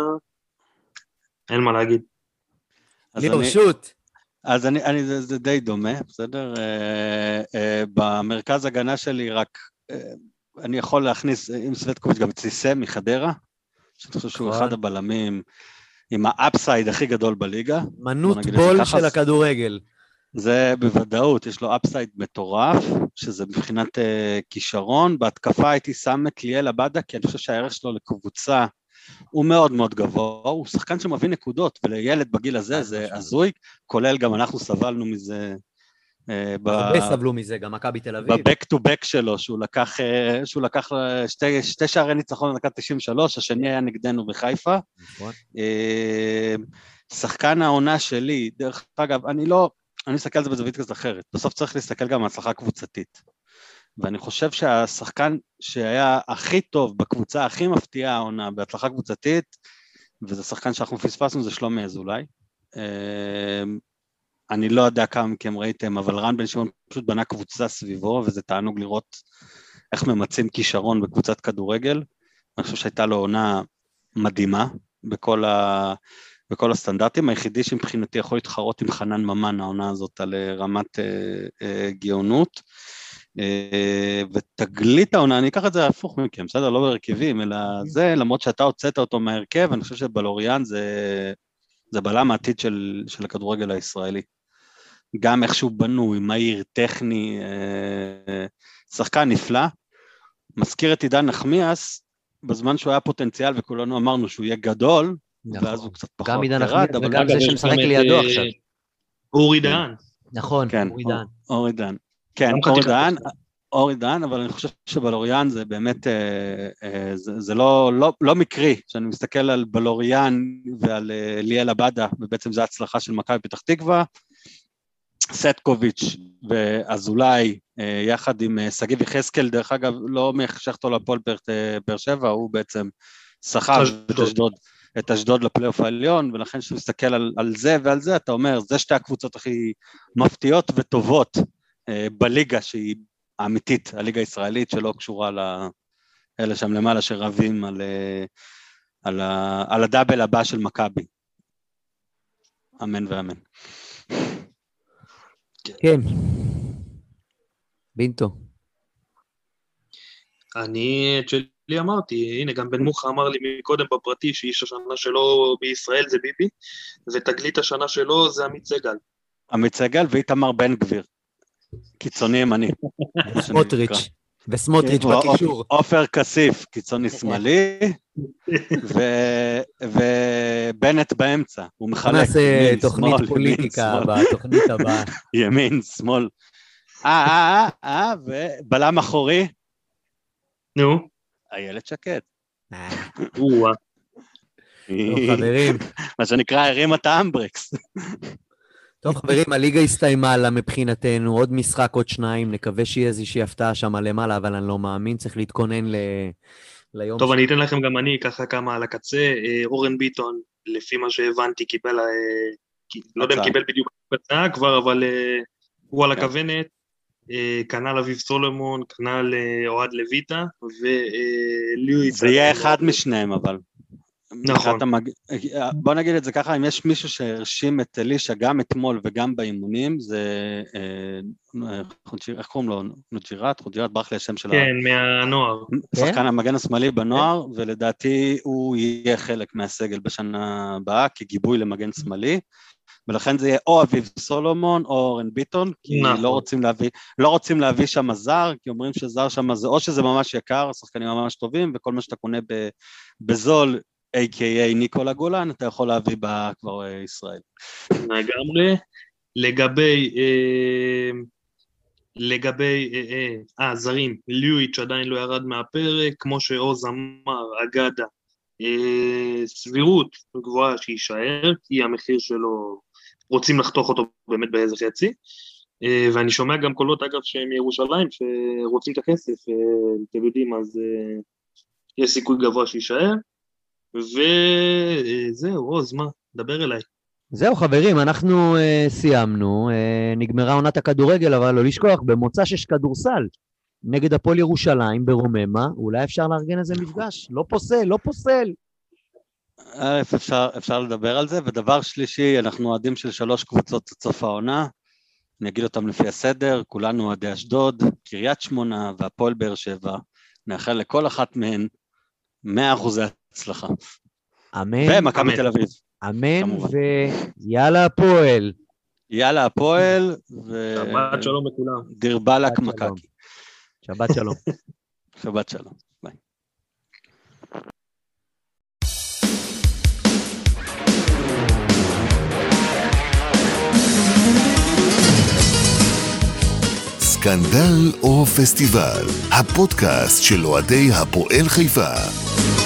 אין מה להגיד. אז ליאור, אני- שוט. אז אני, אני, זה, זה די דומה, בסדר? אה, אה, במרכז הגנה שלי רק, אה, אני יכול להכניס, עם סווטקוביץ' גם את סיסם מחדרה, שאני חושב שהוא נכון. אחד הבלמים עם האפסייד הכי גדול בליגה. מנות נגיד את זה בול ככה. של הכדורגל. זה בוודאות, יש לו אפסייד מטורף, שזה מבחינת אה, כישרון. בהתקפה הייתי שם את ליאל עבדה, כי אני חושב שהערך שלו לקבוצה הוא מאוד מאוד גבוה, הוא שחקן שמביא נקודות, ולילד בגיל הזה זה הזוי, כולל גם אנחנו סבלנו מזה, אה, ב- הרבה סבלו מזה, גם מכבי תל אביב. בבק טו בק שלו, שהוא לקח, אה, שהוא לקח אה, שתי, שתי שערי ניצחון בדקה תשעים ושלוש, השני היה נגדנו בחיפה. נכון. אה, שחקן העונה שלי, דרך אגב, אני לא, אני מסתכל על זה בזווית כזאת אחרת, בסוף צריך להסתכל גם על הצלחה קבוצתית, ואני חושב שהשחקן שהיה הכי טוב בקבוצה, הכי מפתיעה העונה בהצלחה קבוצתית, וזה שחקן שאנחנו פספסנו, זה שלומי אזולאי. אה, אני לא יודע כמה מכם ראיתם, אבל רן בן שמעון פשוט בנה קבוצה סביבו, וזה תענוג לראות איך ממצים כישרון בקבוצת כדורגל. אני חושב שהייתה לו עונה מדהימה בכל, ה... בכל הסטנדרטים. היחידי שמבחינתי יכול להתחרות עם חנן ממן העונה הזאת על רמת אה, אה, גאונות. אה, ותגלית העונה, אני אקח את זה הפוך מכם, בסדר? לא בהרכבים, אלא זה, למרות שאתה הוצאת אותו מהרכב, אני חושב שבלוריאן זה, זה בלם העתיד של, של הכדורגל הישראלי. גם איכשהו בנוי, מהיר, טכני, אה, שחקן נפלא, מזכיר את עידן נחמיאס, בזמן שהוא היה פוטנציאל וכולנו אמרנו שהוא יהיה גדול, נכון. ואז הוא קצת פחות גם עידן ירד, נחמיאס אבל וגם אגב, זה יש שמשחק גם את, לידו אה, עכשיו. אורי דהן. נכון, כן, אורי דהן. אורי דהן. כן, גם אורי חתיכת דהן, שחקן. אורי דהן, אבל אני חושב שבלוריאן זה באמת, אה, אה, זה, זה לא, לא, לא מקרי, שאני מסתכל על בלוריאן ועל אה, ליאל עבדה, ובעצם זו ההצלחה של מכבי פתח תקווה, סטקוביץ' ואזולאי, אה, יחד עם אה, שגיב יחזקאל, דרך אגב, לא מייחשך אותו לפועל באר שבע, הוא בעצם סחב את אשדוד, את אשדוד לפלייאוף העליון, ולכן כשאתה מסתכל על, על זה ועל זה, אתה אומר, זה שתי הקבוצות הכי מפתיעות וטובות אה, בליגה שהיא האמיתית, הליגה הישראלית, שלא קשורה לאלה שם למעלה שרבים על, אה, על, ה, על הדאבל הבא של מכבי. אמן ואמן. כן. בינטו. אני את שלי אמרתי, הנה גם בן מוחה אמר לי מקודם בפרטי שאיש השנה שלו בישראל זה ביבי, ותגלית השנה שלו זה עמית סגל. עמית סגל ואיתמר בן גביר, קיצוני ימני. סמוטריץ', וסמוטריץ' בקישור. עופר כסיף, קיצוני שמאלי, ובנט באמצע, הוא מחלק. נעשה תוכנית פוליטיקה בתוכנית הבאה. ימין, שמאל. אה, אה, אה, ובלם אחורי. נו. איילת שקד. וואה. טוב, חברים. מה שנקרא, הרימה את האמברקס. טוב, חברים, הליגה הסתיימה לה מבחינתנו, עוד משחק, עוד שניים, נקווה שיהיה איזושהי הפתעה שם למעלה, אבל אני לא מאמין, צריך להתכונן ל... ליום... טוב, ש... אני אתן לכם גם אני, ככה כמה על הקצה, אורן ביטון, לפי מה שהבנתי, קיבל, לא יודע אם קיבל בדיוק בצעה כבר, אבל הוא על הכוונת, כנ"ל אביב סולומון, כנ"ל אוהד לויטה, וליואי... זה יהיה אחד משניהם, אבל... נכון. המג... בוא נגיד את זה ככה, אם יש מישהו שהרשים את אלישה גם אתמול וגם באימונים, זה, איך קוראים לו? נוג'ירת? חוג'ירת, ברח לי השם של... כן, מהנוער. שחקן המגן השמאלי בנוער, ולדעתי הוא יהיה חלק מהסגל בשנה הבאה, כגיבוי למגן שמאלי, ולכן זה יהיה או אביב סולומון או אורן ביטון, כי לא רוצים להביא, לא רוצים להביא שם זר, כי אומרים שזר שם זה, או שזה ממש יקר, השחקנים ממש טובים, וכל מה שאתה קונה בזול, איי קיי איי ניקולה גולן, אתה יכול להביא בה כבר ישראל. לגמרי. לגבי, אה, לגבי, אה, אה, זרים, ליואיץ' עדיין לא ירד מהפרק, כמו שעוז אמר, אגדה, אה, סבירות גבוהה שישאר, כי המחיר שלו, רוצים לחתוך אותו באמת באיזה חצי, אה, ואני שומע גם קולות, אגב, שהם מירושלים, שרוצים את הכסף, אה, אתם יודעים, אז אה, יש סיכוי גבוה שישאר, וזהו, עוז, מה? דבר אליי. זהו חברים, אנחנו uh, סיימנו, uh, נגמרה עונת הכדורגל, אבל לא לשכוח, במוצא שיש כדורסל, נגד הפועל ירושלים ברוממה, אולי אפשר לארגן איזה מפגש, לא פוסל, לא פוסל. אפשר, אפשר לדבר על זה, ודבר שלישי, אנחנו אוהדים של שלוש קבוצות עד סוף העונה, אני אגיד אותם לפי הסדר, כולנו אוהדי אשדוד, קריית שמונה והפועל באר שבע, נאחל לכל אחת מהן מאה אחוזי הצלחה. אמן. ומכבי תל אביב. אמן, ויאללה הפועל. יאללה הפועל, ו... שבת שלום לכולם. דיר באלק מקקי. שבת שלום. שבת שלום. ביי. סקנדל או פסטיבל, הפודקאסט של אוהדי הפועל חיפה.